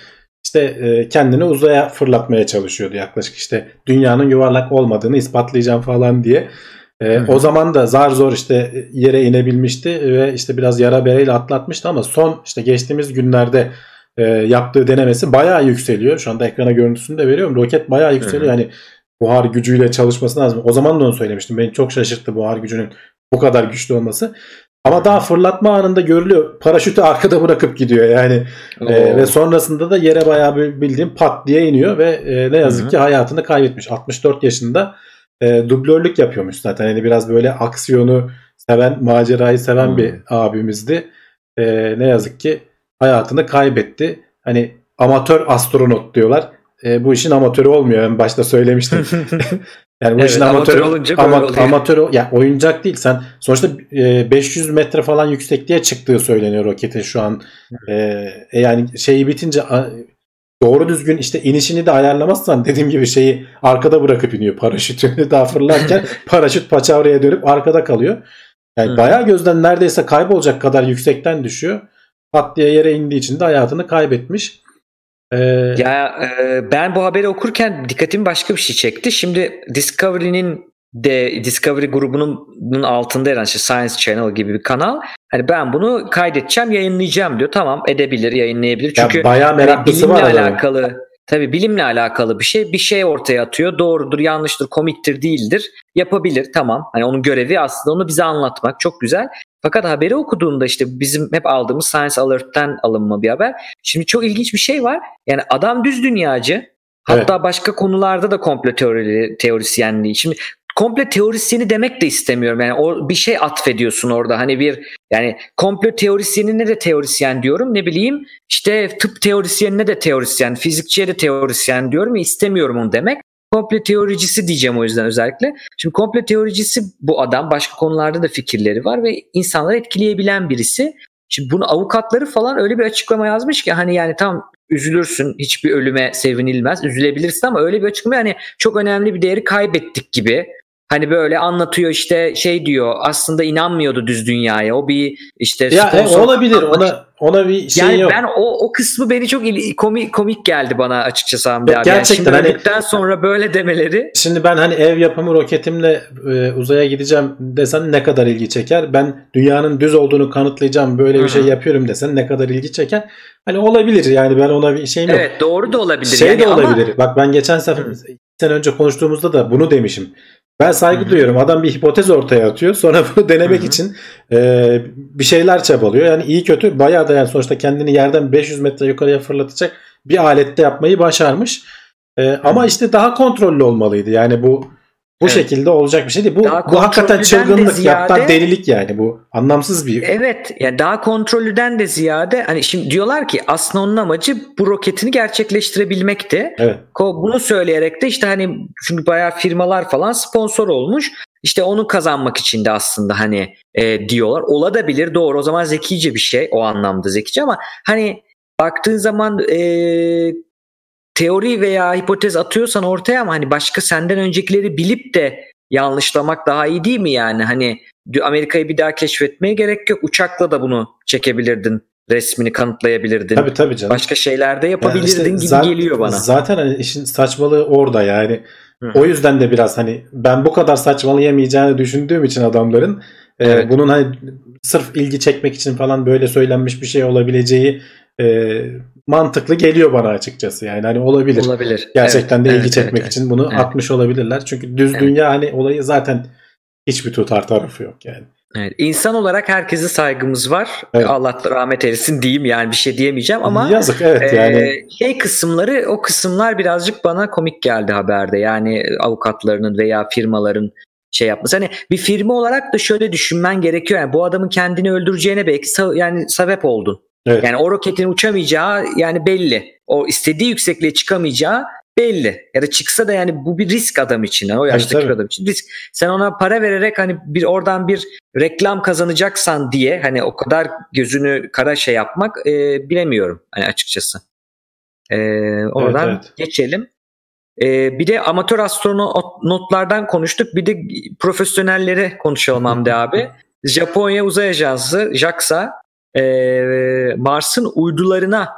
işte kendini uzaya fırlatmaya çalışıyordu yaklaşık, işte dünyanın yuvarlak olmadığını ispatlayacağım falan diye. O zaman da zar zor işte yere inebilmişti ve işte biraz yara bereyle atlatmıştı ama son işte geçtiğimiz günlerde yaptığı denemesi bayağı yükseliyor. Şu anda ekrana görüntüsünü de veriyorum. Roket bayağı yükseliyor. Yani buhar gücüyle çalışması lazım. O zaman da onu söylemiştim. Beni çok şaşırttı buhar gücünün bu kadar güçlü olması. Ama daha fırlatma anında görülüyor. Paraşütü arkada bırakıp gidiyor yani. Ve sonrasında da yere bayağı bildiğim pat diye iniyor ve ne yazık ki hayatını kaybetmiş. 64 yaşında dublörlük yapıyormuş zaten. Yani biraz böyle aksiyonu seven, macerayı seven bir abimizdi. Ne yazık ki hayatını kaybetti. Hani amatör astronot diyorlar. Bu işin amatörü olmuyor. Ben başta söylemiştim. Yani bu işin amatörü ya oyuncak değil. Sen sonuçta 500 metre falan yüksekliğe çıktığı söyleniyor roketin şu an. Yani şeyi bitince doğru düzgün işte inişini de ayarlamazsan dediğim gibi şeyi arkada bırakıp iniyor. Paraşütünü daha fırlarken paraşüt paçavraya dönüp arkada kalıyor. Yani bayağı gözden neredeyse kaybolacak kadar yüksekten düşüyor. Pat diye yere indiği için de hayatını kaybetmiş. Ben bu haberi okurken dikkatimi başka bir şey çekti. Şimdi Discovery grubunun altında yer alan işte Science Channel gibi bir kanal. Hani ben bunu kaydedeceğim, yayınlayacağım diyor. Tamam, edebilir, yayınlayabilir. Çünkü bayağı meraklısı var alakalı. Tabii bilimle alakalı bir şey ortaya atıyor. Doğrudur, yanlıştır, komiktir, değildir. Yapabilir, tamam. Hani onun görevi aslında onu bize anlatmak. Çok güzel. Fakat haberi okuduğunda işte bizim hep aldığımız Science Alert'ten alınma bir haber. Şimdi çok ilginç bir şey var. Yani adam düz dünyacı. Hatta başka konularda da komplo teorisyenliği. Şimdi komplo teorisyeni demek de istemiyorum. Yani bir şey atfediyorsun orada. Hani yani komplo teorisyenine de teorisyen diyorum. Ne bileyim işte tıp teorisyenine de teorisyen, fizikçiye de teorisyen diyorum. İstemiyorum onu demek. Komplo teoricisi diyeceğim o yüzden özellikle. Şimdi komplo teoricisi bu adam. Başka konularda da fikirleri var ve insanları etkileyebilen birisi. Şimdi bunu avukatları falan öyle bir açıklama yazmış ki hani yani tam üzülürsün, hiçbir ölüme sevinilmez, üzülebilirsin ama öyle bir açıklama yani çok önemli bir değeri kaybettik gibi. Hani böyle anlatıyor işte şey diyor, aslında inanmıyordu düz dünyaya. O bir işte olabilir. Ona bir şey yani yok. Ben o kısmı beni çok komik geldi bana açıkçası Hamdi abi. Gerçekten yani şimdi sonra böyle demeleri. Şimdi ben hani ev yapımı roketimle uzaya gideceğim desen ne kadar ilgi çeker? Ben dünyanın düz olduğunu kanıtlayacağım, böyle bir şey yapıyorum desen ne kadar ilgi çeker? Hani olabilir yani, ben ona bir şeyim yok. Evet, doğru da olabilir. De olabilir. Ama... Bak ben geçen sene önce konuştuğumuzda da bunu demişim. Ben saygı duyuyorum. Adam bir hipotez ortaya atıyor. Sonra bunu denemek için bir şeyler çabalıyor. Yani iyi kötü bayağı da yani sonuçta kendini yerden 500 metre yukarıya fırlatacak bir alette yapmayı başarmış. Ama işte daha kontrollü olmalıydı. Yani bu şekilde olacak bir şey değil. Bu hakikaten çılgınlık, hatta delilik yani. Bu anlamsız bir... Evet. Yani daha kontrollüden de ziyade hani şimdi diyorlar ki aslında onun amacı bu roketini gerçekleştirebilmekti. Evet. Bunu söyleyerek de işte hani çünkü bayağı firmalar falan sponsor olmuş. İşte onu kazanmak için de aslında hani diyorlar. Olabilir, doğru. O zaman zekice bir şey. O anlamda zekice ama hani baktığın zaman teori veya hipotez atıyorsan ortaya ama hani başka senden öncekileri bilip de yanlışlamak daha iyi değil mi yani? Hani Amerika'yı bir daha keşfetmeye gerek yok. Uçakla da bunu çekebilirdin. Resmini kanıtlayabilirdin. Tabii canım. Başka şeyler de yapabilirdin gibi geliyor bana. Zaten hani işin saçmalığı orada yani. O yüzden de biraz hani ben bu kadar saçmalayamayacağını düşündüğüm için adamların bunun hani sırf ilgi çekmek için falan böyle söylenmiş bir şey olabileceği mantıklı geliyor bana açıkçası. Yani hani olabilir. Gerçekten de ilgi çekmek için bunu atmış olabilirler. Çünkü düz dünya hani olayı zaten hiçbir tutar tarafı yok yani. Evet. İnsan olarak herkese saygımız var. Evet. Allah rahmet eylesin diyeyim yani, bir şey diyemeyeceğim ama yazık, evet yani. O kısımlar birazcık bana komik geldi haberde. Yani avukatlarının veya firmaların şey yapması. Hani bir firma olarak da şöyle düşünmen gerekiyor. Yani bu adamın kendini öldüreceğine belki yani sebep oldun. Evet. Yani o roketin uçamayacağı yani belli. O istediği yüksekliğe çıkamayacağı belli. Ya da çıksa da yani bu bir risk adam için. Yani o yaştaki adam için risk. Sen ona para vererek hani oradan bir reklam kazanacaksan diye hani o kadar gözünü kara şey yapmak bilemiyorum hani açıkçası. Oradan geçelim. Bir de amatör astronotlardan konuştuk. Bir de profesyonelleri konuşalım Hamdi abi. Japonya Uzay Ajansı JAXA Mars'ın uydularına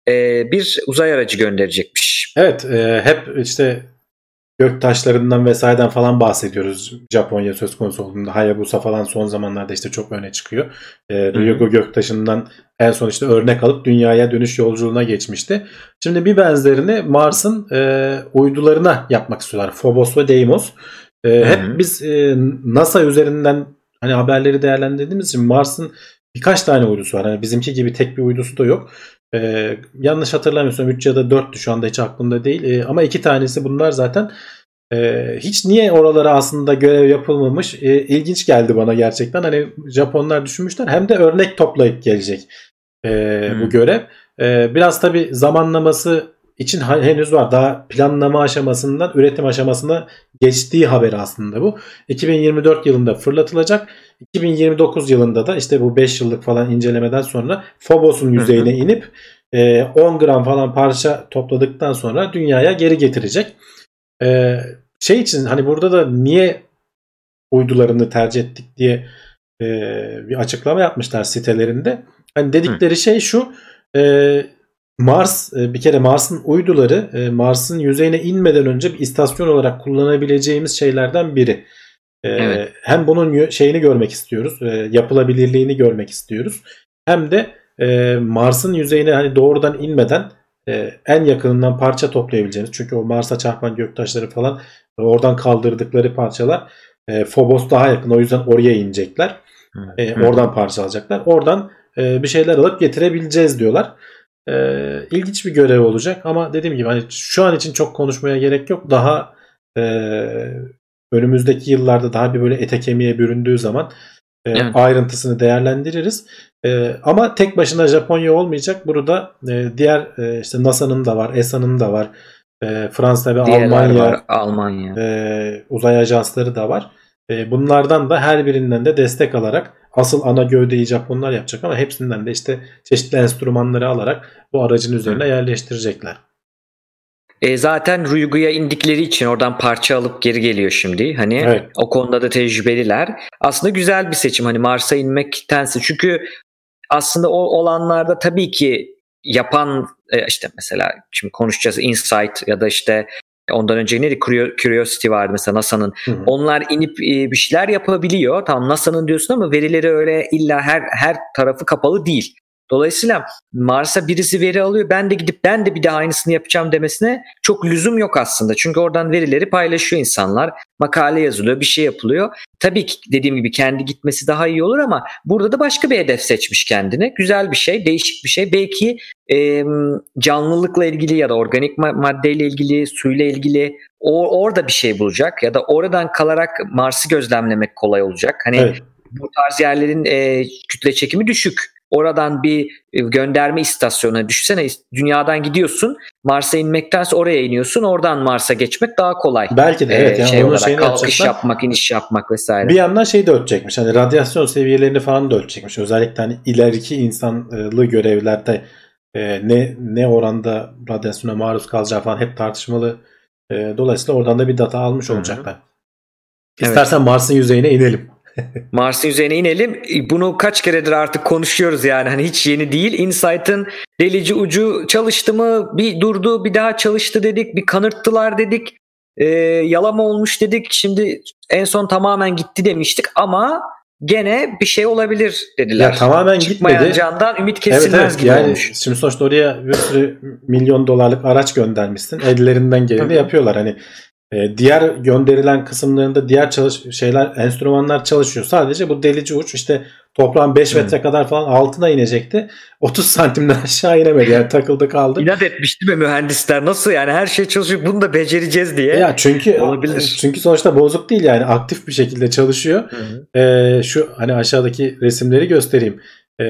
bir uzay aracı gönderecekmiş. Evet, hep işte gök taşlarından vesaireden falan bahsediyoruz. Japonya söz konusu olduğunda Hayabusa falan son zamanlarda işte çok öne çıkıyor. Ryugu göktaşından en son işte örnek alıp dünyaya dönüş yolculuğuna geçmişti. Şimdi bir benzerini Mars'ın uydularına yapmak istiyorlar. Phobos ve Deimos. Hep biz NASA üzerinden hani haberleri değerlendirdiğimiz için Mars'ın birkaç tane uydusu var. Hani bizimki gibi tek bir uydusu da yok. Yanlış hatırlamıyorsam 3 ya da 4'tü, şu anda hiç aklımda değil. Ama 2 tanesi bunlar zaten. Hiç niye oralara aslında görev yapılmamış? İlginç geldi bana gerçekten. Hani Japonlar düşünmüşler, hem de örnek toplayıp gelecek bu görev. Biraz tabii zamanlaması için henüz var. Daha planlama aşamasından üretim aşamasına geçtiği haberi aslında bu. 2024 yılında fırlatılacak. 2029 yılında da işte bu 5 yıllık falan incelemeden sonra Phobos'un yüzeyine inip 10 gram falan parça topladıktan sonra dünyaya geri getirecek. Şey için hani burada da niye uydularını tercih ettik diye bir açıklama yapmışlar sitelerinde. Hani dedikleri şey şu: Mars, bir kere Mars'ın uyduları Mars'ın yüzeyine inmeden önce bir istasyon olarak kullanabileceğimiz şeylerden biri. Evet. Hem bunun şeyini görmek istiyoruz, yapılabilirliğini görmek istiyoruz. Hem de Mars'ın yüzeyine hani doğrudan inmeden en yakınından parça toplayabileceğimiz. Çünkü o Mars'a çarpan göktaşları falan oradan kaldırdıkları parçalar Phobos daha yakın. O yüzden oraya inecekler. Oradan parça alacaklar. Oradan bir şeyler alıp getirebileceğiz diyorlar. İlginç bir görev olacak ama dediğim gibi hani şu an için çok konuşmaya gerek yok. Daha önümüzdeki yıllarda daha bir böyle ete kemiğe büründüğü zaman ayrıntısını değerlendiririz. Ama tek başına Japonya olmayacak. Burada diğer işte NASA'nın da var, ESA'nın da var, Fransa ve Almanya uzay ajansları da var. Bunlardan da her birinden de destek alarak asıl ana gövdeyi Japonlar yapacak ama hepsinden de işte çeşitli enstrümanları alarak bu aracın üzerine yerleştirecekler. Zaten Ryugu'ya indikleri için oradan parça alıp geri geliyor şimdi. Hani evet. O konuda da tecrübeliler. Aslında güzel bir seçim hani Mars'a inmektense. Çünkü aslında o olanlarda tabii ki yapan işte mesela şimdi konuşacağız Insight ya da işte ondan önce neydi? Curiosity vardı mesela NASA'nın. Onlar inip bir şeyler yapabiliyor. Tamam NASA'nın diyorsun ama verileri öyle illa her tarafı kapalı değil. Dolayısıyla Mars'a birisi veri alıyor. Ben de bir daha aynısını yapacağım demesine çok lüzum yok aslında. Çünkü oradan verileri paylaşıyor insanlar. Makale yazılıyor, bir şey yapılıyor. Tabii ki dediğim gibi kendi gitmesi daha iyi olur ama burada da başka bir hedef seçmiş kendine. Güzel bir şey, değişik bir şey. Belki canlılıkla ilgili ya da organik maddeyle ilgili, suyla ilgili orada bir şey bulacak ya da oradan kalarak Mars'ı gözlemlemek kolay olacak. Hani evet. Bu tarz yerlerin kütle çekimi düşük. Oradan bir gönderme istasyonuna düşünsene, dünyadan gidiyorsun Mars'a inmektense oraya iniyorsun, oradan Mars'a geçmek daha kolay. Belki de evet. Yani şey olarak kalkış yapmak, iniş yapmak vesaire. Bir yandan şey de ölçecekmiş, hani radyasyon seviyelerini falan da ölçecekmiş. Özellikle hani ileriki insanlı görevlerde ne oranda radyasyona maruz kalacağı falan hep tartışmalı. Dolayısıyla oradan da bir data almış olacaklar. İstersen evet. Mars'ın yüzeyine inelim. Mars'ın yüzeyine inelim. Bunu kaç keredir artık konuşuyoruz yani. Hani hiç yeni değil. Insight'ın delici ucu çalıştı mı? Bir durdu, bir daha çalıştı dedik. Bir kanırttılar dedik. Yalama olmuş dedik. Şimdi en son tamamen gitti demiştik ama gene bir şey olabilir dediler. Ya tamamen gitmedi. Candan ümit kesilmez evet, gibi yani olmuş. Şimdi sonuçta oraya bir sürü milyon dolarlık araç göndermişsin. Ellerinden geleni yapıyorlar. Hani diğer gönderilen kısımlarında diğer enstrümanlar çalışıyor. Sadece bu delici uç işte toprağın 5 metre kadar falan altına inecekti. 30 santimden aşağı inemedi. Yani takıldı kaldı. İnat etmiş değil mi mühendisler? Nasıl yani her şey çalışıyor, bunu da becereceğiz diye. Ya çünkü sonuçta bozuk değil yani, aktif bir şekilde çalışıyor. Şu hani aşağıdaki resimleri göstereyim.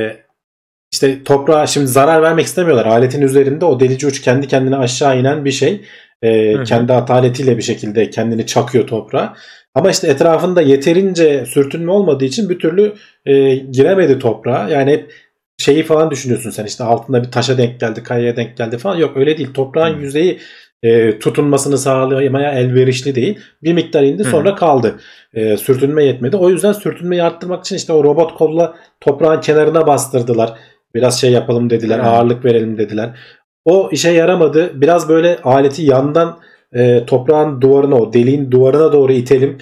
İşte toprağa şimdi zarar vermek istemiyorlar. Aletin üzerinde o delici uç kendi kendine aşağı inen bir şey. Kendi ataletiyle bir şekilde kendini çakıyor toprağa. Ama işte etrafında yeterince sürtünme olmadığı için bir türlü giremedi toprağa. Yani hep şeyi falan düşünüyorsun sen, işte altında bir taşa denk geldi, kayaya denk geldi falan. Yok öyle değil. Toprağın yüzeyi tutunmasını sağlamaya elverişli değil. Bir miktar indi sonra kaldı. Sürtünme yetmedi. O yüzden sürtünmeyi arttırmak için işte o robot kolla toprağın kenarına bastırdılar. Biraz şey yapalım dediler, ağırlık verelim dediler. o işe yaramadı. Biraz böyle aleti yandan toprağın duvarına, o deliğin duvarına doğru itelim.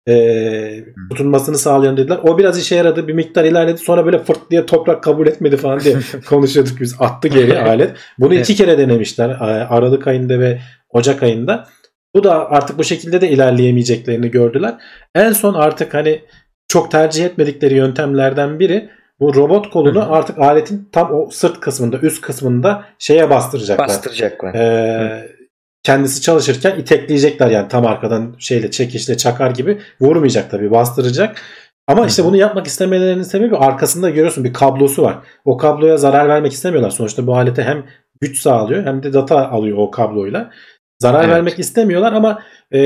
Tutunmasını sağlayalım dediler. O biraz işe yaradı. Bir miktar ilerledi. Sonra böyle fırt diye toprak kabul etmedi falan diye konuşuyorduk biz. Attı geri alet. Bunu 2 kere denemişler. Aralık ayında ve Ocak ayında. Bu da artık bu şekilde de ilerleyemeyeceklerini gördüler. En son artık hani çok tercih etmedikleri yöntemlerden biri, bu robot kolunu artık aletin tam o sırt kısmında, üst kısmında şeye bastıracaklar. Kendisi çalışırken itekleyecekler, yani tam arkadan şeyle, çekişle, çakar gibi vurmayacak tabii, bastıracak. Ama işte bunu yapmak istemelerinin sebebi, arkasında görüyorsun bir kablosu var. O kabloya zarar vermek istemiyorlar. Sonuçta bu alete hem güç sağlıyor hem de data alıyor o kabloyla. Zarar vermek istemiyorlar ama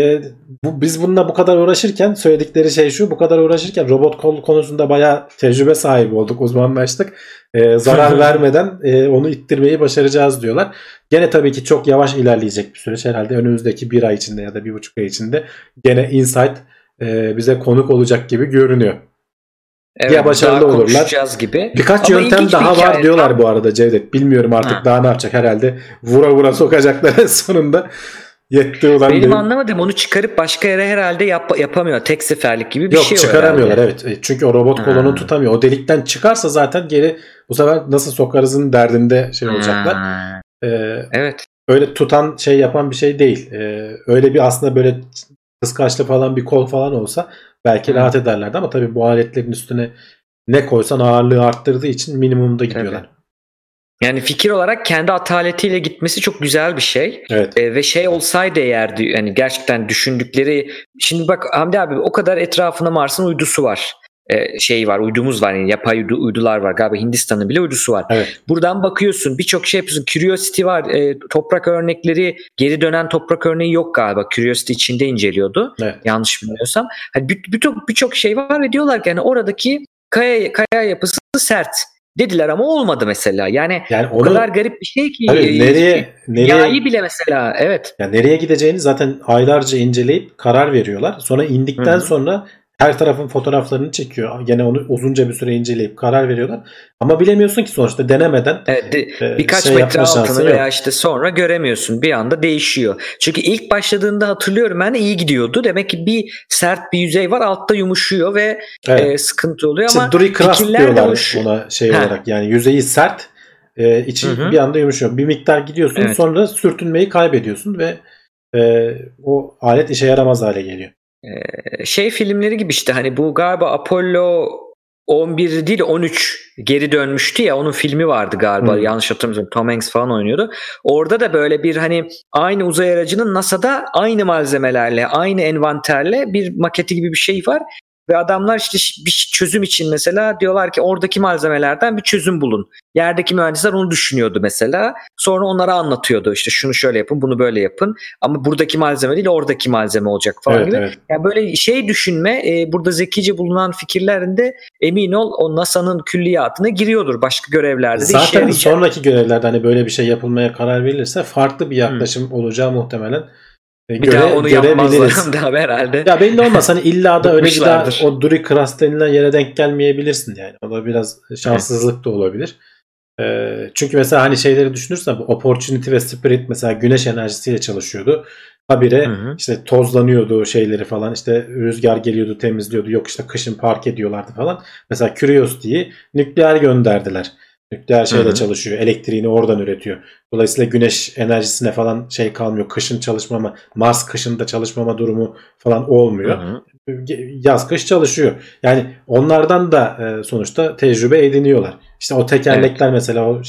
biz bununla bu kadar uğraşırken, söyledikleri şey şu: bu kadar uğraşırken robot kol konusunda bayağı tecrübe sahibi olduk, uzmanlaştık. Zarar vermeden onu ittirmeyi başaracağız diyorlar. Gene tabii ki çok yavaş ilerleyecek bir süreç. Herhalde önümüzdeki 1 ay içinde ya da 1,5 ay içinde gene Insight bize konuk olacak gibi görünüyor. Evet, ya başarılı olurlar. Gibi. Birkaç ama yöntem daha var diyorlar bu arada Cevdet. Bilmiyorum artık daha ne yapacak. Herhalde vura sokacaklar en sonunda. Yetti ulan. Benim anlamadım, onu çıkarıp başka yere herhalde yapamıyor. Tek seferlik gibi bir şey var. Yok, çıkaramıyorlar evet. Çünkü o robot kolonu tutamıyor. O delikten çıkarsa zaten geri bu sefer nasıl sokarızın derdinde olacaklar. Evet. Öyle tutan yapan bir şey değil. Öyle bir aslında böyle kıskaçlı falan bir kol falan olsa belki rahat ederlerdi ama tabii bu aletlerin üstüne ne koysan ağırlığı arttırdığı için minimumda gidiyorlar. Tabii. Yani fikir olarak kendi ataletiyle gitmesi çok güzel bir şey. Evet. Ve olsaydı eğer, yani gerçekten düşündükleri, şimdi bak Hamdi abi, o kadar etrafında Mars'ın uydusu var. Var, uydumuz var, yani yapay uydular var. Galiba Hindistan'ın bile uydusu var. Evet. Buradan bakıyorsun, birçok şey yapıyorsun. Curiosity var. Toprak örnekleri, geri dönen toprak örneği yok galiba. Curiosity içinde inceliyordu. Evet. Yanlış bilmiyorsam. Hani birçok şey var ve diyorlar ki yani oradaki kaya yapısı sert dediler ama olmadı mesela. Yani o kadar garip bir şey ki. Nereye Yayı bile mesela, evet. Yani nereye gideceğini zaten aylarca inceleyip karar veriyorlar. Sonra indikten sonra her tarafın fotoğraflarını çekiyor. Gene onu uzunca bir süre inceleyip karar veriyorlar. Ama bilemiyorsun ki sonuçta, denemeden. Birkaç metre altını veya sonra göremiyorsun. Bir anda değişiyor. Çünkü ilk başladığında hatırlıyorum ben, iyi gidiyordu. Demek ki bir sert bir yüzey var, altta yumuşuyor ve sıkıntı oluyor ama Duri crust diyorlar ona olarak. Yani yüzeyi sert, içi bir anda yumuşuyor. Bir miktar gidiyorsun, sonra sürtünmeyi kaybediyorsun ve o alet işe yaramaz hale geliyor. Filmleri gibi işte, hani bu galiba Apollo 11 değil 13 geri dönmüştü ya, onun filmi vardı galiba, yanlış hatırlamıyorum, Tom Hanks falan oynuyordu. Orada da böyle bir hani aynı uzay aracının NASA'da aynı malzemelerle, aynı envanterle bir maketi gibi bir şey var. Ve adamlar işte bir çözüm için mesela diyorlar ki oradaki malzemelerden bir çözüm bulun. Yerdeki mühendisler onu düşünüyordu mesela. Sonra onlara anlatıyordu, işte şunu şöyle yapın, bunu böyle yapın. Ama buradaki malzeme değil, oradaki malzeme olacak falan gibi. Evet. Yani böyle düşünme, burada zekice bulunan fikirlerinde emin ol o NASA'nın külliyatına giriyordur başka görevlerde de. Zaten sonraki görevlerde hani böyle bir şey yapılmaya karar verilirse farklı bir yaklaşım olacağı muhtemelen. Bir daha onu yapmazlar da herhalde. Ya belli olmaz. Hani illa da öyle bir daha o Duri crust denilen yere denk gelmeyebilirsin yani. O da biraz şanssızlık da olabilir. Çünkü mesela hani şeyleri düşünürsen, bu Opportunity ve Spirit mesela güneş enerjisiyle çalışıyordu. Habire işte tozlanıyordu şeyleri falan, işte rüzgar geliyordu temizliyordu, yok işte kışın park ediyorlardı falan. Mesela Curiosity'yi nükleer gönderdiler. Nükleer şeyle çalışıyor. Elektriğini oradan üretiyor. Dolayısıyla güneş enerjisine falan kalmıyor. Kışın çalışmama, Mars kışında çalışmama durumu falan olmuyor. Yaz kış çalışıyor. Yani onlardan da sonuçta tecrübe ediniyorlar. İşte o tekerlekler mesela, o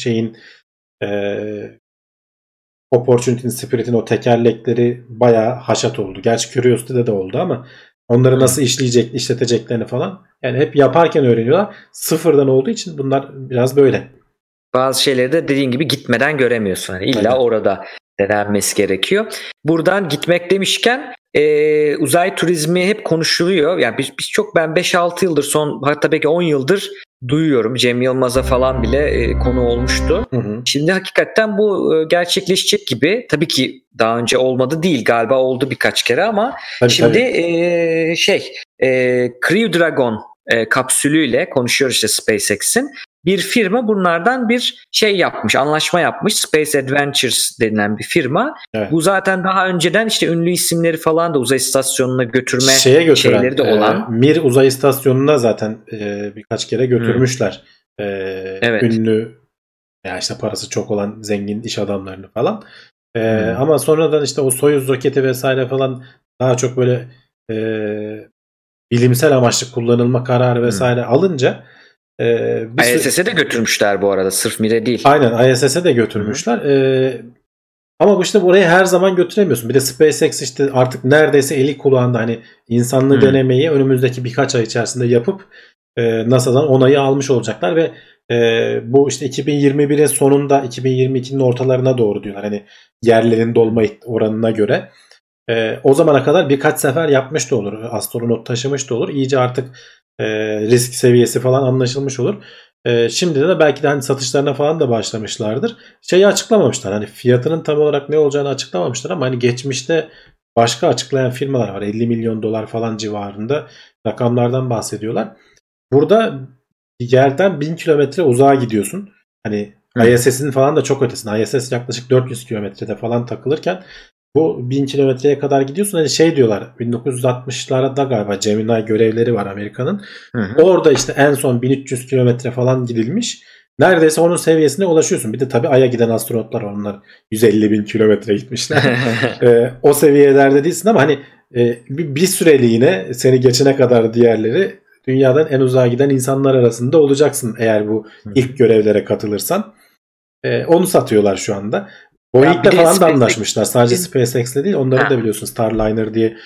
Opportunity Spirit'in o tekerlekleri bayağı haşat oldu. Gerçi Curiosity'de de oldu ama onları nasıl işleteceklerini falan, yani hep yaparken öğreniyorlar. Sıfırdan olduğu için bunlar biraz böyle. Bazı şeyleri de dediğin gibi gitmeden göremiyorsun. Yani illa orada denenmesi gerekiyor. Buradan gitmek demişken uzay turizmi hep konuşuluyor. Yani ben 5-6 yıldır, hatta belki 10 yıldır duyuyorum. Cem Yılmaz'a falan bile konu olmuştu. Şimdi hakikaten bu gerçekleşecek gibi. Tabii ki daha önce olmadı değil, galiba oldu birkaç kere ama şimdi Crew Dragon kapsülüyle konuşuyor işte SpaceX'in. bir firma bunlardan bir şey yapmış, anlaşma yapmış. Space Adventures denilen bir firma. Evet. Bu zaten daha önceden işte ünlü isimleri falan da uzay istasyonuna götürme şeyleri de olan. Mir uzay istasyonuna zaten birkaç kere götürmüşler. Evet. Ünlü, yani işte parası çok olan zengin iş adamlarını falan. Ama sonradan işte o Soyuz roketi vesaire falan daha çok böyle bilimsel amaçlı kullanılma kararı vesaire alınca ISS'e de götürmüşler bu arada, sırf Mir'e değil. Aynen, ISS'e de götürmüşler. Ama işte burayı her zaman götüremiyorsun. Bir de SpaceX işte artık neredeyse eli kulağında, hani insanlı denemeyi önümüzdeki birkaç ay içerisinde yapıp NASA'dan onayı almış olacaklar ve bu işte 2021'in sonunda 2022'nin ortalarına doğru diyorlar. Hani yerlerin dolma oranına göre. O zamana kadar birkaç sefer yapmış da olur. Astronot taşımış da olur. İyice artık risk seviyesi falan anlaşılmış olur. Şimdi de belki de hani satışlarına falan da başlamışlardır. Şeyi açıklamamışlar. Hani fiyatının tam olarak ne olacağını açıklamamışlar ama hani geçmişte başka açıklayan firmalar var. 50 milyon dolar falan civarında rakamlardan bahsediyorlar. Burada yerden 1000 kilometre uzağa gidiyorsun. Hani ISS'in falan da çok ötesinde. ISS yaklaşık 400 kilometrede falan takılırken bu 1000 kilometreye kadar gidiyorsun. Hani şey diyorlar, 1960'larda galiba Gemini görevleri var Amerika'nın. Orada işte en son 1300 kilometre falan gidilmiş. Neredeyse onun seviyesine ulaşıyorsun. Bir de tabii Ay'a giden astronotlar, onlar 150 bin kilometre gitmişler. O seviyelerde değilsin ama hani bir süreliğine seni geçene kadar diğerleri dünyadan en uzağa giden insanlar arasında olacaksın eğer bu ilk görevlere katılırsan. Onu satıyorlar şu anda. Boeing'le falan da anlaşmışlar. Sadece SpaceX'le değil. Onların da biliyorsun Starliner diye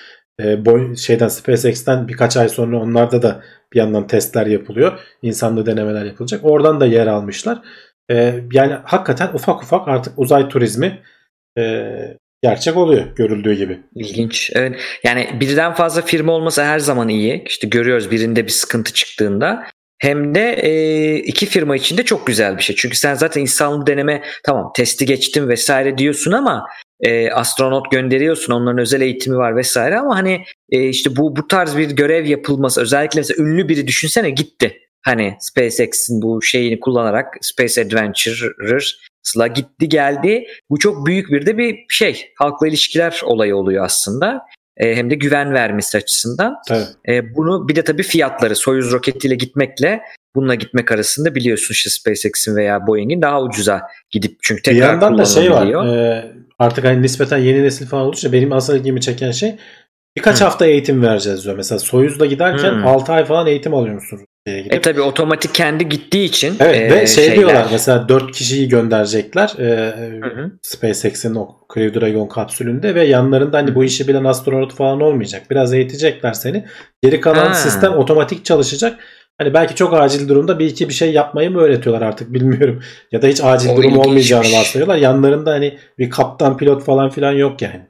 SpaceX'ten birkaç ay sonra onlarda da bir yandan testler yapılıyor. İnsanlı denemeler yapılacak. Oradan da yer almışlar. Yani hakikaten ufak ufak artık uzay turizmi gerçek oluyor görüldüğü gibi. İlginç. Evet. Yani birden fazla firma olması her zaman iyi. İşte görüyoruz birinde bir sıkıntı çıktığında. Hem de iki firma için de çok güzel bir şey. Çünkü sen zaten insanlı deneme, tamam testi geçtim vesaire diyorsun ama astronot gönderiyorsun. Onların özel eğitimi var vesaire ama hani işte bu tarz bir görev yapılması, özellikle mesela ünlü biri düşünsene gitti. Hani SpaceX'in bu şeyini kullanarak Space Adventure'la gitti geldi. Bu çok büyük bir şey. Halkla ilişkiler olayı oluyor aslında. Hem de güven vermesi açısından. Evet. Bunu bir de tabii fiyatları, Soyuz roketiyle gitmekle bununla gitmek arasında biliyorsun işte SpaceX'in veya Boeing'in daha ucuza gidip, çünkü tekrar bir yandan da şey kullanılabiliyor. var. Artık hani nispeten yeni nesil falan olunca benim asıl ilgimi çeken şey birkaç hafta eğitim vereceğiz diyor. Mesela Soyuz'da giderken 6 ay falan eğitim alıyormuşsun. Tabii otomatik kendi gittiği için. Evet ve diyorlar mesela 4 kişiyi gönderecekler SpaceX'in o Crew Dragon kapsülünde ve yanlarında hani bu işi bilen astronot falan olmayacak. Biraz eğitecekler seni. Geri kalan sistem otomatik çalışacak. Hani belki çok acil durumda bir şey yapmayı mı öğretiyorlar artık bilmiyorum. Ya da hiç acil durum olmayacağını varsayıyorlar. Yanlarında hani bir kaptan pilot falan filan yok yani.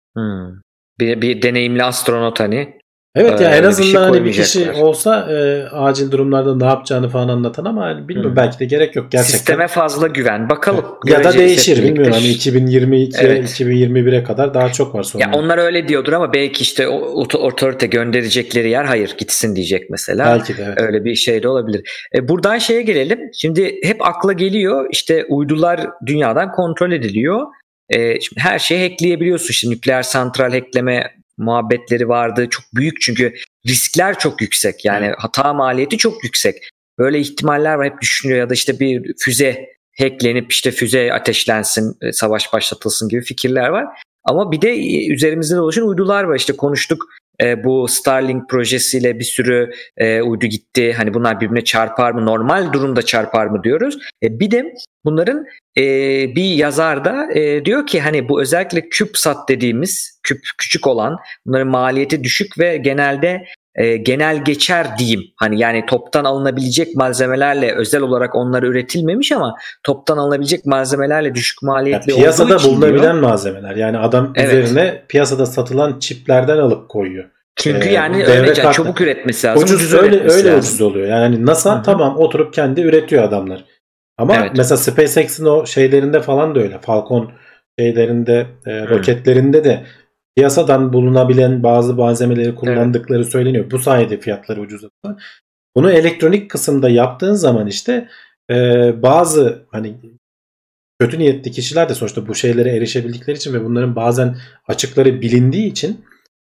Bir deneyimli astronot hani. Evet ya, en azından hani bir kişi olsa acil durumlarda ne yapacağını falan anlatan, ama hani bilmiyorum belki de gerek yok gerçekten. Sisteme fazla güven. Bakalım. Ya da değişir bilmiyorum. Hani 2022-2021'e kadar daha çok var sonra. Ya onlar öyle diyordur ama belki işte otorite gönderecekleri yer hayır gitsin diyecek mesela. Belki de evet. Öyle bir şey de olabilir. Buradan şeye gelelim. Şimdi hep akla geliyor işte uydular dünyadan kontrol ediliyor. Şimdi her şeyi hackleyebiliyorsun. İşte nükleer santral hackleme muhabbetleri vardı. Çok büyük çünkü riskler çok yüksek. Yani hata maliyeti çok yüksek. Böyle ihtimaller var, hep düşünülüyor. Ya da işte bir füze hacklenip işte füze ateşlensin, savaş başlatılsın gibi fikirler var. Ama bir de üzerimizde dolaşan uydular var. İşte konuştuk. Bu Starlink projesiyle bir sürü uydu gitti. Hani bunlar birbirine çarpar mı? Normal durumda çarpar mı diyoruz. Bir de bunların bir yazar da diyor ki hani bu özellikle CubeSat dediğimiz küçük olan, bunların maliyeti düşük ve genelde genel geçer diyeyim. Hani yani toptan alınabilecek malzemelerle, özel olarak onları üretilmemiş ama toptan alınabilecek malzemelerle düşük maliyetli piyasada olduğu için bulunabilen diyor, malzemeler. Yani adam üzerine piyasada satılan çiplerden alıp koyuyor. Çünkü yani öyle çabuk üretmesi lazım. Ucuz öyle ucuz oluyor. Yani NASA tamam oturup kendi üretiyor adamlar. Ama mesela SpaceX'in o şeylerinde falan da öyle. Falcon şeylerinde, roketlerinde de piyasadan bulunabilen bazı malzemeleri kullandıkları söyleniyor. Bu sayede fiyatları ucuzladı. Bunu elektronik kısımda yaptığın zaman işte bazı hani kötü niyetli kişiler de sonuçta bu şeylere erişebildikleri için ve bunların bazen açıkları bilindiği için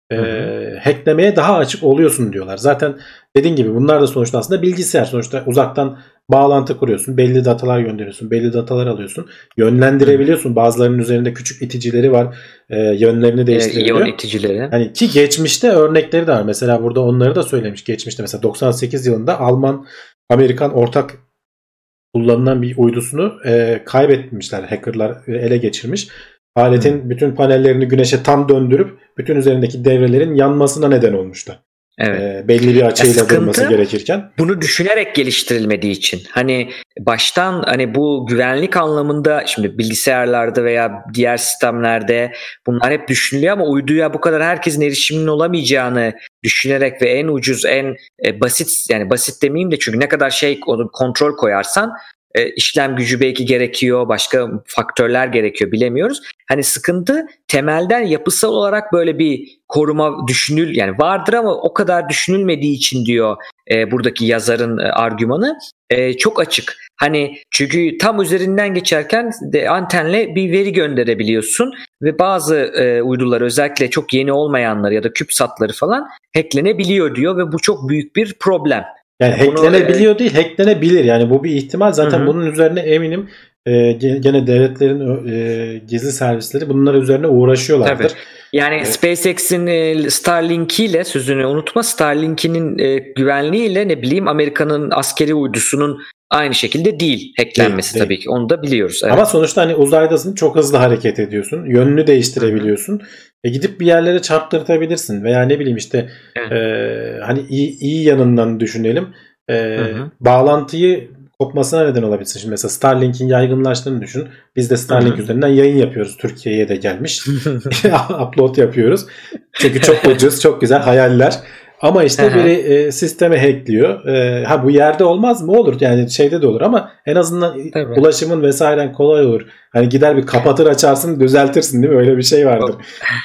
hacklemeye daha açık oluyorsun diyorlar. Zaten dediğin gibi bunlar da sonuçta aslında bilgisayar. Sonuçta uzaktan bağlantı kuruyorsun. Belli datalar gönderiyorsun. Belli datalar alıyorsun. Yönlendirebiliyorsun. Bazılarının üzerinde küçük iticileri var. Yönlerini değiştirebiliyor. İyon iticileri. Hani ki geçmişte örnekleri de var. Mesela burada onları da söylemiş. Geçmişte mesela 98 yılında Alman-Amerikan ortak kullanılan bir uydusunu kaybetmişler. Hackerlar ele geçirmiş. Aletin bütün panellerini güneşe tam döndürüp bütün üzerindeki devrelerin yanmasına neden olmuştu. Evet. Belli bir açıyla durması gerekirken. Bunu düşünerek geliştirilmediği için. Hani baştan hani bu güvenlik anlamında şimdi bilgisayarlarda veya diğer sistemlerde bunlar hep düşünülüyor ama uyduya bu kadar herkesin erişiminin olamayacağını düşünerek ve en ucuz en basit, yani basit demeyeyim de çünkü ne kadar kontrol koyarsan işlem gücü belki gerekiyor, başka faktörler gerekiyor, bilemiyoruz. Hani sıkıntı temelden yapısal olarak böyle bir koruma yani vardır ama o kadar düşünülmediği için diyor buradaki yazarın argümanı çok açık. Hani çünkü tam üzerinden geçerken de antenle bir veri gönderebiliyorsun ve bazı uydular özellikle çok yeni olmayanları ya da CubeSat'ları falan hacklenebiliyor diyor ve bu çok büyük bir problem. Yani hacklenebiliyor değil, hacklenebilir. Yani bu bir ihtimal. Zaten bunun üzerine eminim gene devletlerin gizli servisleri bunlar üzerine uğraşıyorlardır. Tabii. Yani SpaceX'in Starlink'iyle, sözünü unutma, Starlink'inin güvenliğiyle ne bileyim Amerika'nın askeri uydusunun aynı şekilde değil hacklenmesi değil. Tabii ki onu da biliyoruz. Evet. Ama sonuçta hani uzaydasın, çok hızlı hareket ediyorsun. Yönünü değiştirebiliyorsun. Gidip bir yerlere çarptırtabilirsin veya ne bileyim işte hani iyi yanından düşünelim. Bağlantıyı kopmasına neden olabilirsin. Şimdi mesela Starlink'in yaygınlaştığını düşün. Biz de Starlink üzerinden yayın yapıyoruz. Türkiye'ye de gelmiş. Upload yapıyoruz. Çünkü çok ucuz, çok güzel hayaller. Ama işte biri sistemi hackliyor. Bu yerde olmaz mı? Olur. Yani şeyde de olur ama en azından ulaşımın vesairen kolay olur. Hani gider bir kapatır açarsın, düzeltirsin değil mi? Öyle bir şey vardır.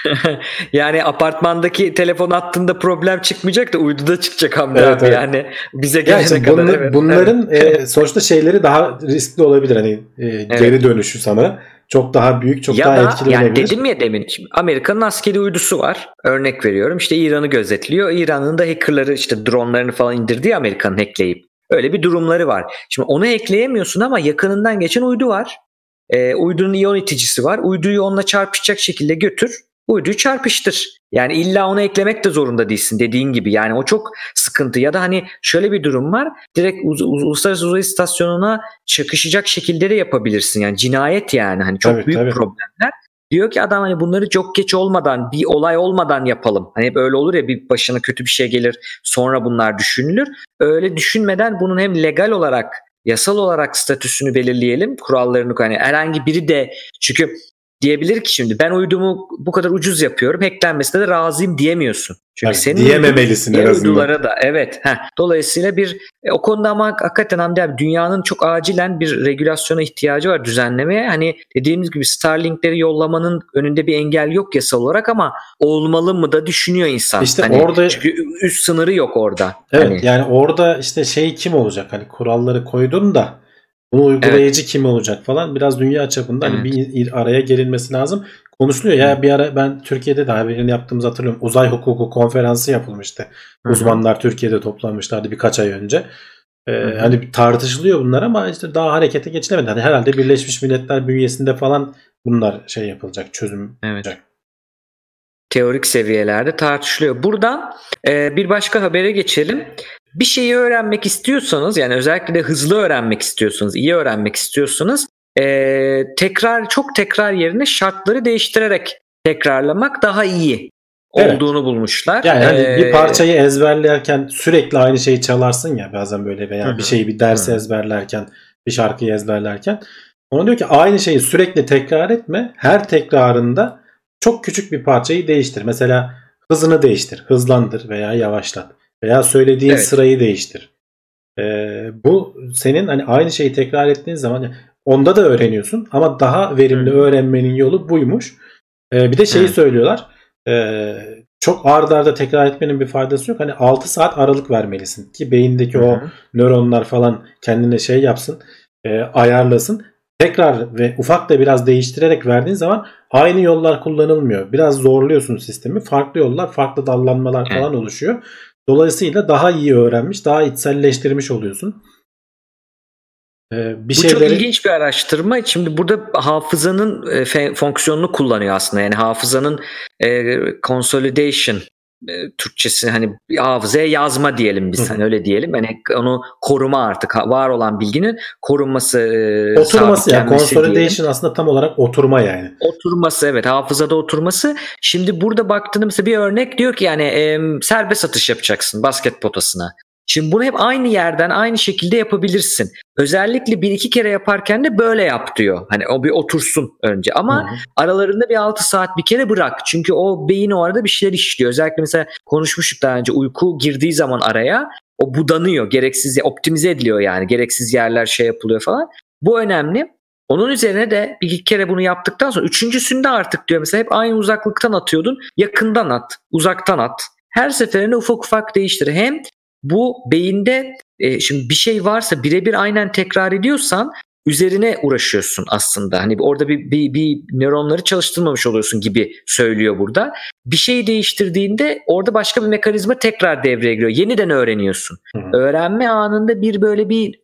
Yani apartmandaki telefon hattında problem çıkmayacak da uyduda çıkacak Hamdi abi. Evet. Yani bize gelene kadar. Bunların sonuçta şeyleri daha riskli olabilir. Hani geri dönüşü sana. Çok daha büyük, çok daha etkili yani olabilir. Dedim ya demin, Amerika'nın askeri uydusu var. Örnek veriyorum. İşte İran'ı gözetliyor. İran'ın da hackerları işte dronlarını falan indirdi ya Amerika'nın hackleyip. Öyle bir durumları var. Şimdi onu hackleyemiyorsun ama yakınından geçen uydu var. Uydunun iyon iticisi var. Uyduyu onunla çarpışacak şekilde götür. Uyduyu çarpıştır. Yani illa onu eklemek de zorunda değilsin dediğin gibi. Yani o çok sıkıntı. Ya da hani şöyle bir durum var. Direkt Uluslararası Uzay İstasyonu'na çakışacak şekilde de yapabilirsin. Yani cinayet yani. Hani çok büyük problemler. Diyor ki adam hani bunları çok geç olmadan, bir olay olmadan yapalım. Hani hep öyle olur ya, bir başına kötü bir şey gelir sonra bunlar düşünülür. Öyle düşünmeden bunun hem legal olarak, yasal olarak statüsünü belirleyelim, kurallarını, hani herhangi biri de, çünkü diyebilir ki şimdi ben uydumu bu kadar ucuz yapıyorum, hacklenmesine de razıyım diyemiyorsun. Çünkü senin diyememelisin en azından. Uydulara da dolayısıyla o konuda ama hakikaten Hamdi abi dünyanın çok acilen bir regülasyona ihtiyacı var, düzenlemeye. Hani dediğimiz gibi Starlink'leri yollamanın önünde bir engel yok yasal olarak ama olmalı mı da düşünüyor insan. İşte hani orada çünkü üst sınırı yok orada. Evet, yani orada işte kim olacak? Hani kuralları koydun da bunu uygulayıcı kim olacak falan, biraz dünya çapında hani bir araya gelinmesi lazım. Konuşuluyor ya, bir ara ben Türkiye'de de haberini yaptığımızı hatırlıyorum. Uzay hukuku konferansı yapılmıştı. Uzmanlar Türkiye'de toplanmışlardı birkaç ay önce. Hani tartışılıyor bunlar ama işte daha harekete geçilemedi. Hani herhalde Birleşmiş Milletler bünyesinde falan bunlar yapılacak, çözüm olacak. Teorik seviyelerde tartışılıyor. Buradan bir başka habere geçelim. Bir şeyi öğrenmek istiyorsanız, yani özellikle de hızlı öğrenmek istiyorsanız, iyi öğrenmek istiyorsanız çok tekrar yerine şartları değiştirerek tekrarlamak daha iyi olduğunu bulmuşlar. Yani hani bir parçayı ezberlerken sürekli aynı şeyi çalarsın ya bazen böyle, veya bir şeyi, bir dersi ezberlerken, bir şarkıyı ezberlerken. Ona diyor ki aynı şeyi sürekli tekrar etme. Her tekrarında çok küçük bir parçayı değiştir. Mesela hızını değiştir, hızlandır veya yavaşlat. Veya söylediğin sırayı değiştir. Bu senin hani aynı şeyi tekrar ettiğin zaman onda da öğreniyorsun ama daha verimli öğrenmenin yolu buymuş. Bir de söylüyorlar. Çok ard arda tekrar etmenin bir faydası yok. Hani 6 saat aralık vermelisin ki beyindeki o nöronlar falan kendine yapsın. ayarlasın. Tekrar ve ufak da biraz değiştirerek verdiğin zaman aynı yollar kullanılmıyor. Biraz zorluyorsun sistemi. Farklı yollar, farklı dallanmalar falan oluşuyor. Dolayısıyla daha iyi öğrenmiş, daha içselleştirmiş oluyorsun. Bu çok ilginç bir araştırma. Şimdi burada hafızanın fonksiyonunu kullanıyor aslında. Yani hafızanın consolidation, Türkçesi hani hafızaya yazma diyelim biz, hani öyle diyelim. Hani onu koruma, artık var olan bilginin korunması, oturması, yani consolidation diyelim. Aslında tam olarak oturma yani. Oturması, evet, hafızada oturması. Şimdi burada baktığında mesela bir örnek diyor ki yani serbest atış yapacaksın basket potasına. Şimdi bunu hep aynı yerden aynı şekilde yapabilirsin. Özellikle bir iki kere yaparken de böyle yap diyor. Hani o bir otursun önce ama aralarında bir 6 saat bir kere bırak. Çünkü o beyin o arada bir şeyler işliyor. Özellikle mesela konuşmuştuk daha önce, uyku girdiği zaman araya o budanıyor. Gereksiz, optimize ediliyor yani. Gereksiz yerler şey yapılıyor falan. Bu önemli. Onun üzerine de bir iki kere bunu yaptıktan sonra üçüncüsünde artık diyor mesela hep aynı uzaklıktan atıyordun. Yakından at, uzaktan at. Her seferinde ufak ufak değiştir. Hem bu beyinde şimdi bir şey varsa birebir aynen tekrar ediyorsan üzerine uğraşıyorsun aslında. Hani orada bir nöronları çalıştırmamış oluyorsun gibi söylüyor burada. Bir şeyi değiştirdiğinde orada başka bir mekanizma tekrar devreye giriyor. Yeniden öğreniyorsun. Öğrenme anında bir böyle bir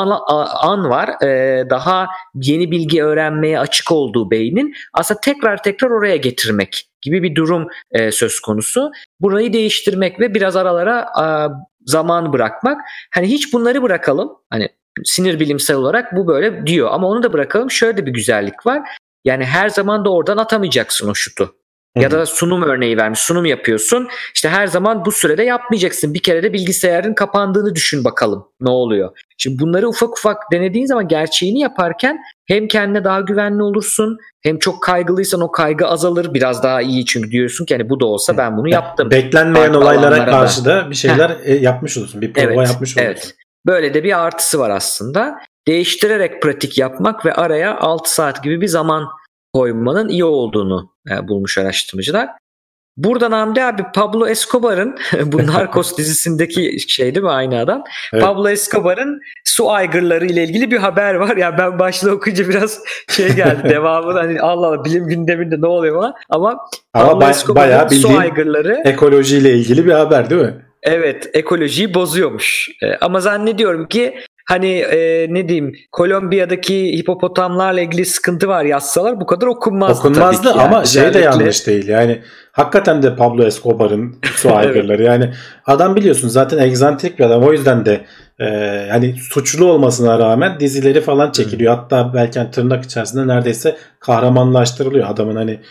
an var. Daha yeni bilgi öğrenmeye açık olduğu beynin aslında tekrar oraya getirmek gibi bir durum söz konusu. Burayı değiştirmek ve biraz aralara zaman bırakmak. Hani hiç bunları bırakalım. Hani sinir bilimsel olarak bu böyle diyor ama onu da bırakalım. Şöyle de bir güzellik var. Yani her zaman da oradan atamayacaksın o şutu. Ya da sunum örneği vermiş. Sunum yapıyorsun. İşte her zaman bu sürede yapmayacaksın. Bir kere de bilgisayarın kapandığını düşün bakalım ne oluyor. Şimdi bunları ufak ufak denediğin zaman gerçeğini yaparken hem kendine daha güvenli olursun, hem çok kaygılıysan o kaygı azalır. Biraz daha iyi çünkü diyorsun ki hani bu da olsa ben bunu yaptım. Beklenmeyen olaylara karşı da bir şeyler yapmış olursun. Bir prova yapmış olursun. Evet. Böyle de bir artısı var aslında. Değiştirerek pratik yapmak ve araya 6 saat gibi bir zaman koymanın iyi olduğunu bulmuş araştırmacılar. Buradan Hamdi abi Pablo Escobar'ın bu Narcos dizisindeki şey değil mi, aynı adam? Evet. Pablo Escobar'ın su aygırları ile ilgili bir haber var. Ya ben başta okuyunca biraz şey geldi. Devamı hani Allah Allah bilim gündeminde ne oluyor falan. Ama Pablo Escobar'ın su aygırları ekolojiyle ilgili bir haber değil mi? Evet, ekolojiyi bozuyormuş. Ama zannediyorum ki hani ne diyeyim, Kolombiya'daki hipopotamlarla ilgili sıkıntı var yazsalar bu kadar okunmazdı yani. Ama şey de yanlış değil yani, hakikaten de Pablo Escobar'ın su aygırları yani adam biliyorsun zaten egzantrik bir adam, o yüzden de hani suçlu olmasına rağmen dizileri falan çekiliyor. Hatta belki tırnak içerisinde neredeyse kahramanlaştırılıyor adamın, hani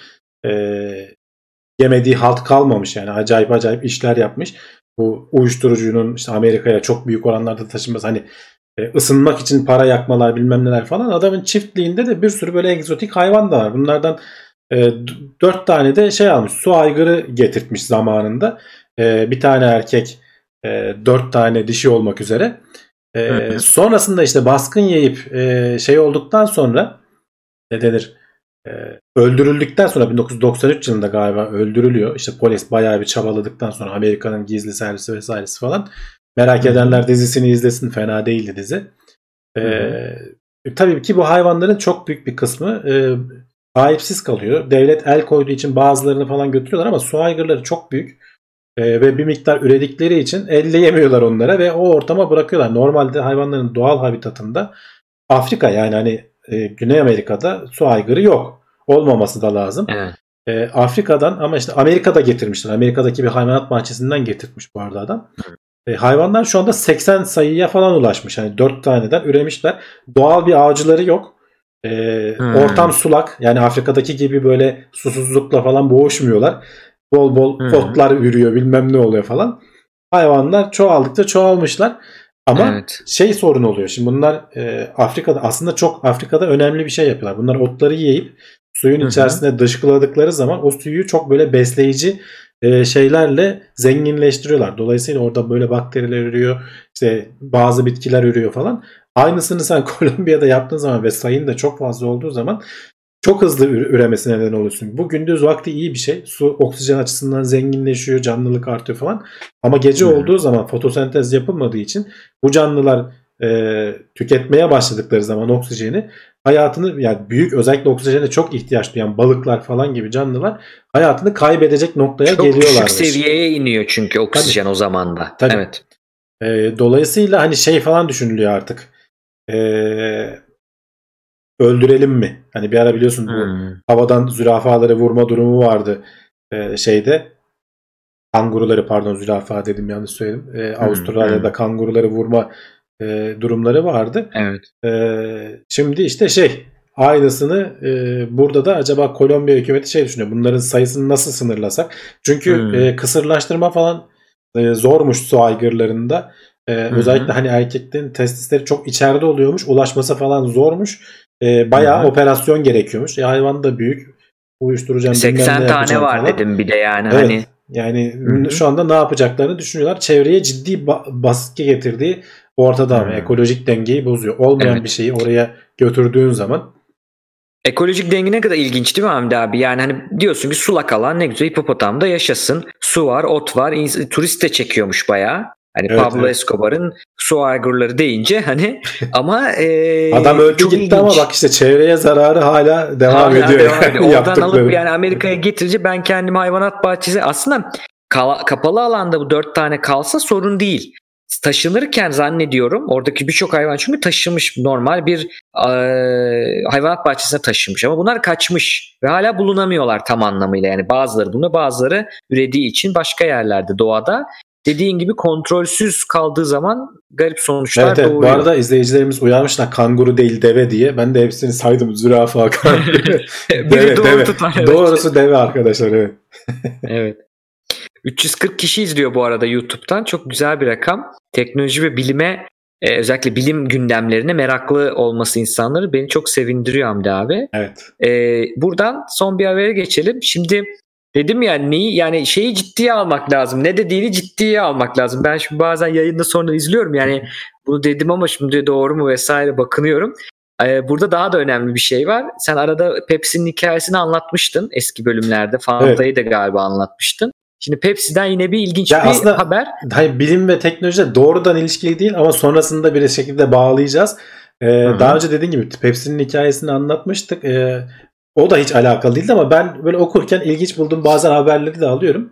yemediği halt kalmamış yani, acayip işler yapmış. Bu uyuşturucunun işte Amerika'ya çok büyük oranlarda taşınması, hani ısınmak için para yakmalar bilmem neler falan. Adamın çiftliğinde de bir sürü böyle egzotik hayvan da var. Bunlardan 4 tane de şey almış, su aygırı getirtmiş zamanında. Bir tane erkek, 4 tane dişi olmak üzere. Sonrasında işte baskın yiyip şey olduktan sonra ne denir? Öldürüldükten sonra 1993 yılında galiba öldürülüyor. İşte polis bayağı bir çabaladıktan sonra, Amerika'nın gizli servisi vesairesi falan. Merak edenler dizisini izlesin, fena değildi dizi. Tabii ki bu hayvanların çok büyük bir kısmı sahipsiz kalıyor. Devlet el koyduğu için bazılarını falan götürüyorlar ama su aygırları çok büyük ve bir miktar üredikleri için elleyemiyorlar onlara ve o ortama bırakıyorlar. Normalde hayvanların doğal habitatında Afrika, yani hani Güney Amerika'da su aygırı yok. Olmaması da lazım. Evet. Afrika'dan, ama işte Amerika'da getirmişler. Amerika'daki bir hayvanat bahçesinden getirtmiş bu arada adam. Hayvanlar şu anda 80 sayıya falan ulaşmış. Yani 4 taneden üremişler. Doğal bir avcıları yok. Ortam sulak. Yani Afrika'daki gibi böyle susuzlukla falan boğuşmuyorlar. Bol bol otlar ürüyor, bilmem ne oluyor falan. Hayvanlar çoğaldıkça çoğalmışlar. Ama şey sorun oluyor. Şimdi bunlar Afrika'da aslında çok Afrika'da önemli bir şey yapıyorlar. Bunlar otları yiyip suyun içerisine dışkıladıkları zaman o suyu çok böyle besleyici şeylerle zenginleştiriyorlar. Dolayısıyla orada böyle bakteriler ürüyor. İşte bazı bitkiler ürüyor falan. Aynısını sen Kolombiya'da yaptığın zaman ve sayın da çok fazla olduğu zaman çok hızlı üremesine neden oluyorsun. Bu gündüz vakti iyi bir şey. Su oksijen açısından zenginleşiyor, canlılık artıyor falan. Ama gece olduğu zaman fotosentez yapılmadığı için bu canlılar tüketmeye başladıkları zaman oksijeni hayatını, yani büyük, özellikle oksijene çok ihtiyaç duyan balıklar falan gibi canlılar hayatını kaybedecek noktaya çok geliyorlarmış. Çok düşük seviyeye iniyor çünkü oksijen o zaman da. Tabii. Evet. Dolayısıyla hani şey falan düşünülüyor artık. Öldürelim mi? Hani bir ara biliyorsun bu havadan zürafaları vurma durumu vardı. Kanguruları, pardon, zürafa dedim, yanlış söyledim. Avustralya'da kanguruları vurma durumları vardı. Evet. Şimdi işte aynısını burada da acaba Kolombiya hükümeti düşünüyor. Bunların sayısını nasıl sınırlasak? Çünkü kısırlaştırma falan zormuş su aygırlarında. Özellikle hani erkeklerin testisleri çok içeride oluyormuş. Ulaşması falan zormuş. Bayağı operasyon gerekiyormuş. Hayvan da büyük. Uyuşturacağım, 80 tane var falan dedim bir de yani. Evet. Hani. Yani şu anda ne yapacaklarını düşünüyorlar. Çevreye ciddi baskı getirdiği ortada ama ekolojik dengeyi bozuyor. Olmayan bir şeyi oraya götürdüğün zaman. Ekolojik denge ne kadar ilginç değil mi Hamdi abi? Yani hani diyorsun ki sulak alan ne güzel, hipopotamda yaşasın. Su var, ot var. Turist de çekiyormuş bayağı. Hani evet, Pablo Escobar'ın su aygırları deyince hani ama adam öldü gitti ilginç. Ama bak işte çevreye zararı hala devam ediyor. Oradan alıp yani Amerika'ya getirince ben kendimi hayvanat bahçesi, aslında kapalı alanda bu 4 tane kalsa sorun değil. Taşınırken zannediyorum oradaki birçok hayvan çünkü taşınmış, normal bir hayvanat bahçesine taşınmış ama bunlar kaçmış ve hala bulunamıyorlar tam anlamıyla. Yani bazıları bunda, bazıları ürediği için başka yerlerde doğada. Dediğin gibi kontrolsüz kaldığı zaman garip sonuçlar doğuruyor. Bu arada izleyicilerimiz uyarmışlar kanguru değil deve diye. Ben de hepsini saydım. Zürafa, kanguru. Deve. Doğrusu deve arkadaşlar. Evet. Evet. 340 kişi izliyor bu arada YouTube'dan. Çok güzel bir rakam. Teknoloji ve bilime, özellikle bilim gündemlerine meraklı olması insanları beni çok sevindiriyor Hamdi abi. Evet. Buradan son bir habere geçelim. Şimdi dedim ya, yani şeyi ciddiye almak lazım. Ne dediğini ciddiye almak lazım. Ben şimdi bazen yayında sonra izliyorum. Yani bunu dedim ama şimdi doğru mu vesaire bakınıyorum. Burada daha da önemli bir şey var. Sen arada Pepsi'nin hikayesini anlatmıştın eski bölümlerde. Fanta'yı da galiba anlatmıştın. Şimdi Pepsi'den yine bir ilginç bir haber. Hayır, bilim ve teknoloji doğrudan ilişkili değil ama sonrasında bir şekilde bağlayacağız. Daha önce dediğim gibi Pepsi'nin hikayesini anlatmıştık. O da hiç alakalı değildi ama ben böyle okurken ilginç bulduğum bazen haberleri de alıyorum.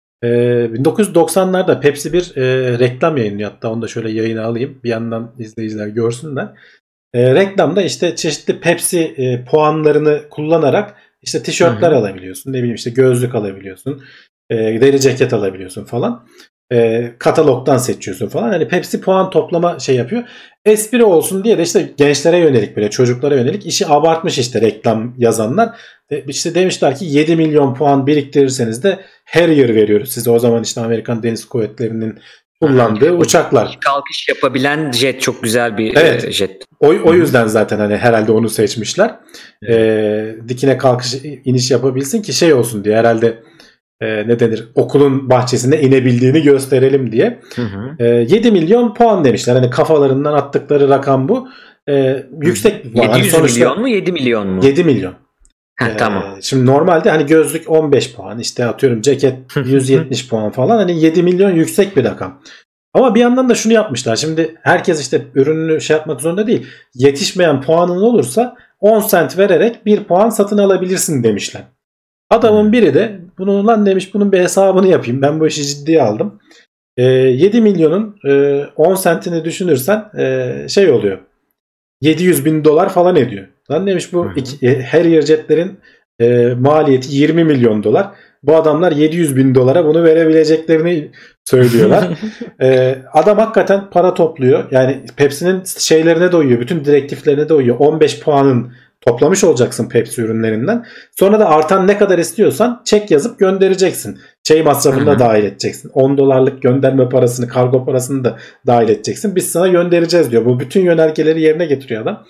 1990'larda Pepsi bir reklam yayınlıyor. Hatta onu da şöyle yayına alayım. Bir yandan izleyiciler görsünler. Reklamda işte çeşitli Pepsi puanlarını kullanarak işte tişörtler alabiliyorsun. Ne bileyim işte gözlük alabiliyorsun. Deri ceket alabiliyorsun falan. Katalogdan seçiyorsun falan. Hani Pepsi puan toplama yapıyor. Espri olsun diye de işte gençlere yönelik, böyle çocuklara yönelik işi abartmış işte reklam yazanlar. İşte demişler ki 7 milyon puan biriktirirseniz de Harrier veriyoruz size. O zaman işte Amerikan Deniz Kuvvetleri'nin kullandığı uçaklar. Kalkış yapabilen jet, çok güzel bir jet. O yüzden zaten hani herhalde onu seçmişler. Dikine kalkış, iniş yapabilsin ki olsun diye herhalde. Ne denir, okulun bahçesinde inebildiğini gösterelim diye. 7 milyon puan demişler. Hani kafalarından attıkları rakam bu. Yüksek bir puan. 700 milyon mu 7 milyon mu? 7 milyon. Tamam. Şimdi normalde hani gözlük 15 puan, işte atıyorum ceket 170 puan falan. Hani 7 milyon yüksek bir rakam. Ama bir yandan da şunu yapmışlar. Şimdi herkes işte ürününü yapmak zorunda değil. Yetişmeyen puanın olursa 10 sent vererek 1 puan satın alabilirsin demişler. Adamın biri de bunu lan demiş, bunun bir hesabını yapayım. Ben bu işi ciddiye aldım. 7 milyonun 10 sentini düşünürsen oluyor. 700 bin dolar falan ediyor. Lan demiş bu Harrier jetlerin maliyeti 20 milyon dolar. Bu adamlar 700 bin dolara bunu verebileceklerini söylüyorlar. Adam hakikaten para topluyor. Yani Pepsi'nin şeylerine de uyuyor. Bütün direktiflerine de uyuyor. 15 puanın toplamış olacaksın Pepsi ürünlerinden. Sonra da artan ne kadar istiyorsan çek yazıp göndereceksin. Masrafını da dahil edeceksin. 10 dolarlık gönderme parasını, kargo parasını da dahil edeceksin. Biz sana göndereceğiz diyor. Bu bütün yönergeleri yerine getiriyor adam.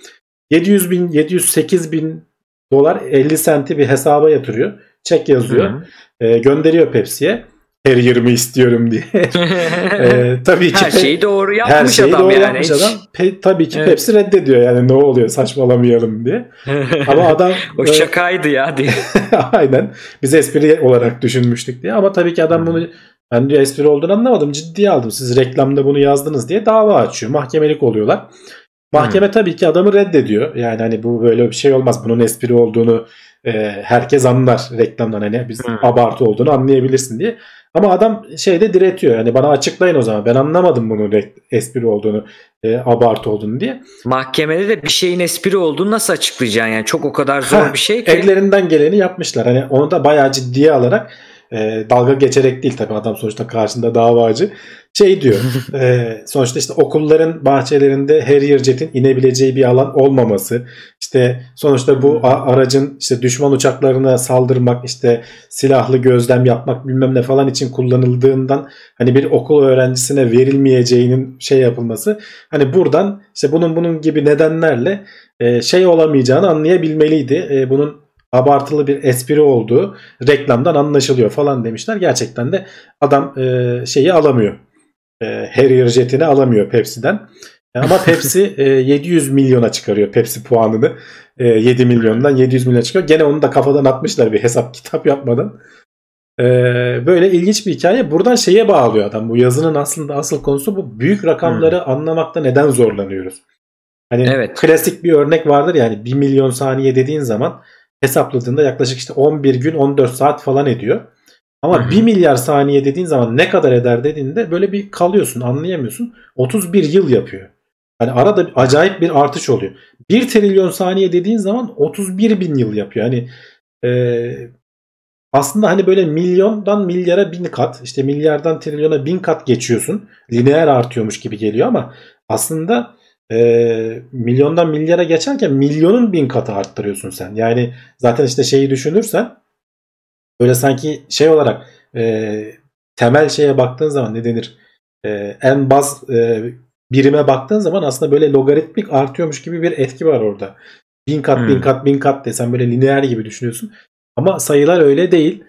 708 bin dolar 50 senti bir hesaba yatırıyor. Çek yazıyor. Gönderiyor Pepsi'ye. Her yerimi istiyorum diye. Tabii ki her şeyi doğru yapmış adam yani. Tabii ki Pepsi reddediyor yani, ne oluyor saçmalamayalım diye. Ama adam o şakaydı ya diye. Aynen. Biz espri olarak düşünmüştük diye. Ama tabii ki adam bunu Ben diyor espri olduğunu anlamadım, ciddiye aldım. Siz reklamda bunu yazdınız diye dava açıyor. Mahkemelik oluyorlar. Mahkeme tabii ki adamı reddediyor. Yani hani bu böyle bir şey olmaz. Bunun espri olduğunu herkes anlar reklamdan, hani biz abartı olduğunu anlayabilirsin diye. Ama adam şeyde diretiyor. Yani bana açıklayın o zaman. Ben anlamadım bunun espri olduğunu, abartı olduğunu diye. Mahkemede de bir şeyin espri olduğunu nasıl açıklayacaksın yani? Çok o kadar zor bir şey ki. Ellerinden geleni yapmışlar. Hani onu da bayağı ciddiye alarak, dalga geçerek değil tabii, adam sonuçta karşında davacı. Şey diyor. Sonuçta işte okulların bahçelerinde Harrier'jetin inebileceği bir alan olmaması. İşte sonuçta bu aracın işte düşman uçaklarına saldırmak, işte silahlı gözlem yapmak bilmem ne falan için kullanıldığından hani bir okul öğrencisine verilmeyeceğinin şey yapılması. Hani buradan işte bunun gibi nedenlerle şey olamayacağını anlayabilmeliydi. Bunun abartılı bir espri olduğu reklamdan anlaşılıyor falan demişler. Gerçekten de adam şeyi alamıyor. Harrier'jetini alamıyor Pepsi'den. Ama Pepsi 700 milyona çıkarıyor Pepsi puanını. 7 milyondan 700 milyona çıkıyor. Gene onu da kafadan atmışlar bir hesap kitap yapmadan. Böyle ilginç bir hikaye. Buradan şeye bağlıyor adam. Bu yazının aslında asıl konusu bu. Büyük rakamları anlamakta neden zorlanıyoruz? Hani Evet. Klasik bir örnek vardır yani 1 milyon saniye dediğin zaman hesapladığında yaklaşık işte 11 gün 14 saat falan ediyor. Ama 1 milyar saniye dediğin zaman ne kadar eder dediğinde böyle bir kalıyorsun, anlayamıyorsun. 31 yıl yapıyor. Hani arada acayip bir artış oluyor. 1 trilyon saniye dediğin zaman 31 bin yıl yapıyor. Hani aslında hani böyle milyondan milyara 1000 kat, işte milyardan trilyona 1000 kat geçiyorsun. Lineer artıyormuş gibi geliyor ama aslında milyondan milyara geçerken milyonun 1000 katı arttırıyorsun sen. Yani zaten işte şeyi düşünürsen böyle sanki şey olarak temel şeye baktığın zaman ne denir? En baz birime baktığın zaman aslında böyle logaritmik artıyormuş gibi bir etki var orada. 1000 kat 1000 kat 1000 kat desen böyle lineer gibi düşünüyorsun. Ama sayılar öyle değil.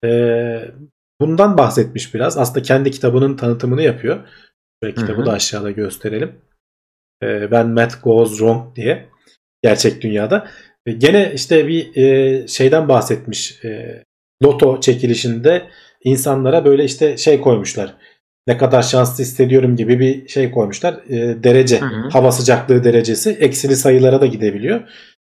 Bundan bahsetmiş biraz. Aslında kendi kitabının tanıtımını yapıyor. Şöyle kitabı da aşağıda gösterelim. When Math Goes Wrong diye. Gerçek dünyada. Gene işte bir şeyden bahsetmiş. Loto çekilişinde insanlara böyle işte şey koymuşlar. Ne kadar şanslı hissediyorum gibi bir şey koymuşlar. Derece. Hava sıcaklığı derecesi. Eksili sayılara da gidebiliyor.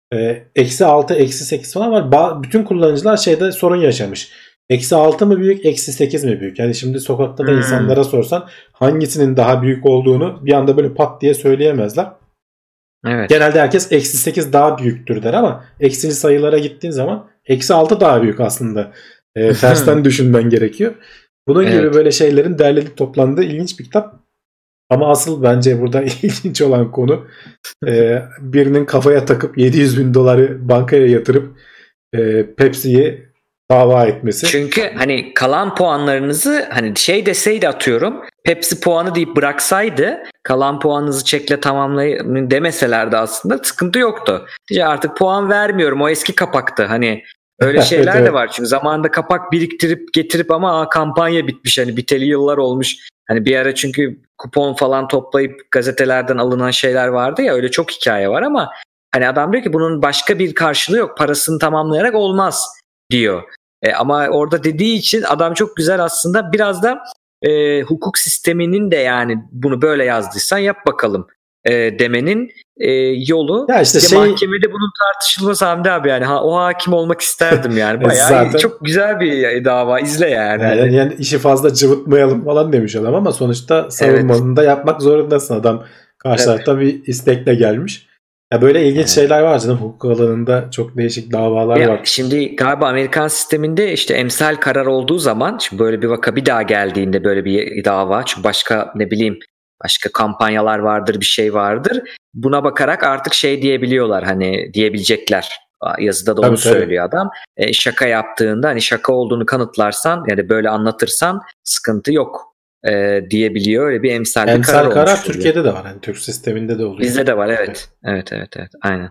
-6, -8 falan var. Bütün kullanıcılar şeyde sorun yaşamış. -6 mı büyük, -8 mi büyük? Yani şimdi sokakta da insanlara sorsan hangisinin daha büyük olduğunu bir anda böyle pat diye söyleyemezler. Evet. Genelde herkes -8 daha büyüktür der ama eksili sayılara gittiğin zaman -6 daha büyük aslında. Tersten düşünmen gerekiyor. Bunun gibi böyle şeylerin derlenip toplandığı ilginç bir kitap. Ama asıl bence burada ilginç olan konu birinin kafaya takıp 700 bin doları bankaya yatırıp Pepsi'yi dava etmesi. Çünkü hani kalan puanlarınızı hani şey deseydi, atıyorum Pepsi puanı deyip bıraksaydı, kalan puanınızı çekle tamamlayın demeselerdi aslında sıkıntı yoktu. İşte artık puan vermiyorum, o eski kapaktı hani. Öyle şeyler evet. de var çünkü zamanında kapak biriktirip getirip ama kampanya bitmiş, hani biteli yıllar olmuş. Hani bir ara çünkü kupon falan toplayıp gazetelerden alınan şeyler vardı ya, öyle çok hikaye var ama hani adam diyor ki bunun başka bir karşılığı yok, parasını tamamlayarak olmaz diyor. Ama orada dediği için adam çok güzel aslında, biraz da hukuk sisteminin de yani bunu böyle yazdıysan yap bakalım demenin yolu. Ya işte mahkemede bunun tartışılması Hamdi abi, yani o hakim olmak isterdim yani. Bayağı zaten, çok güzel bir dava, izle yani. Yani işi fazla cıvıtmayalım falan demiş adam ama sonuçta savunmanı da yapmak zorundasın. Adam karşı tarafta bir istekle gelmiş. Ya böyle ilginç şeyler var canım, hukuk alanında çok değişik davalar var. Şimdi galiba Amerikan sisteminde işte emsal karar olduğu zaman, şimdi böyle bir vaka bir daha geldiğinde, böyle bir dava, çünkü başka ne bileyim başka kampanyalar vardır, bir şey vardır. Buna bakarak artık şey diyebiliyorlar, hani diyebilecekler. Yazıda da onu söylüyor adam. Şaka yaptığında hani şaka olduğunu kanıtlarsan, yani böyle anlatırsan sıkıntı yok diyebiliyor. Öyle bir emsal bir karar olmuş. Emsal karar Türkiye'de de var. Yani Türk sisteminde de oluyor. Bizde de var, evet. Evet. Aynen.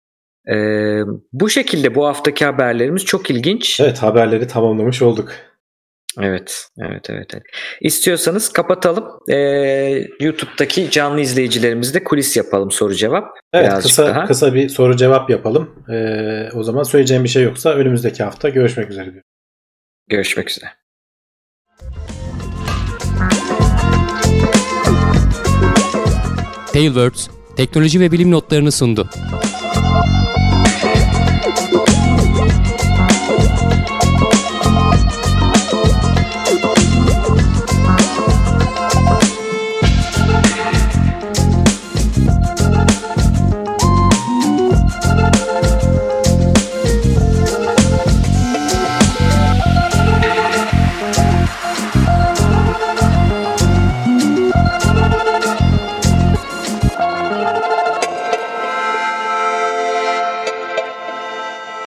Bu şekilde bu haftaki haberlerimiz çok ilginç. Evet, haberleri tamamlamış olduk. Evet. İstiyorsanız kapatalım. YouTube'daki canlı izleyicilerimizle kulis yapalım, soru cevap. Evet, kısa bir soru cevap yapalım. O zaman söyleyeceğim bir şey yoksa önümüzdeki hafta görüşmek üzere diyorum. Görüşmek üzere. Tailwords teknoloji ve bilim notlarını sundu.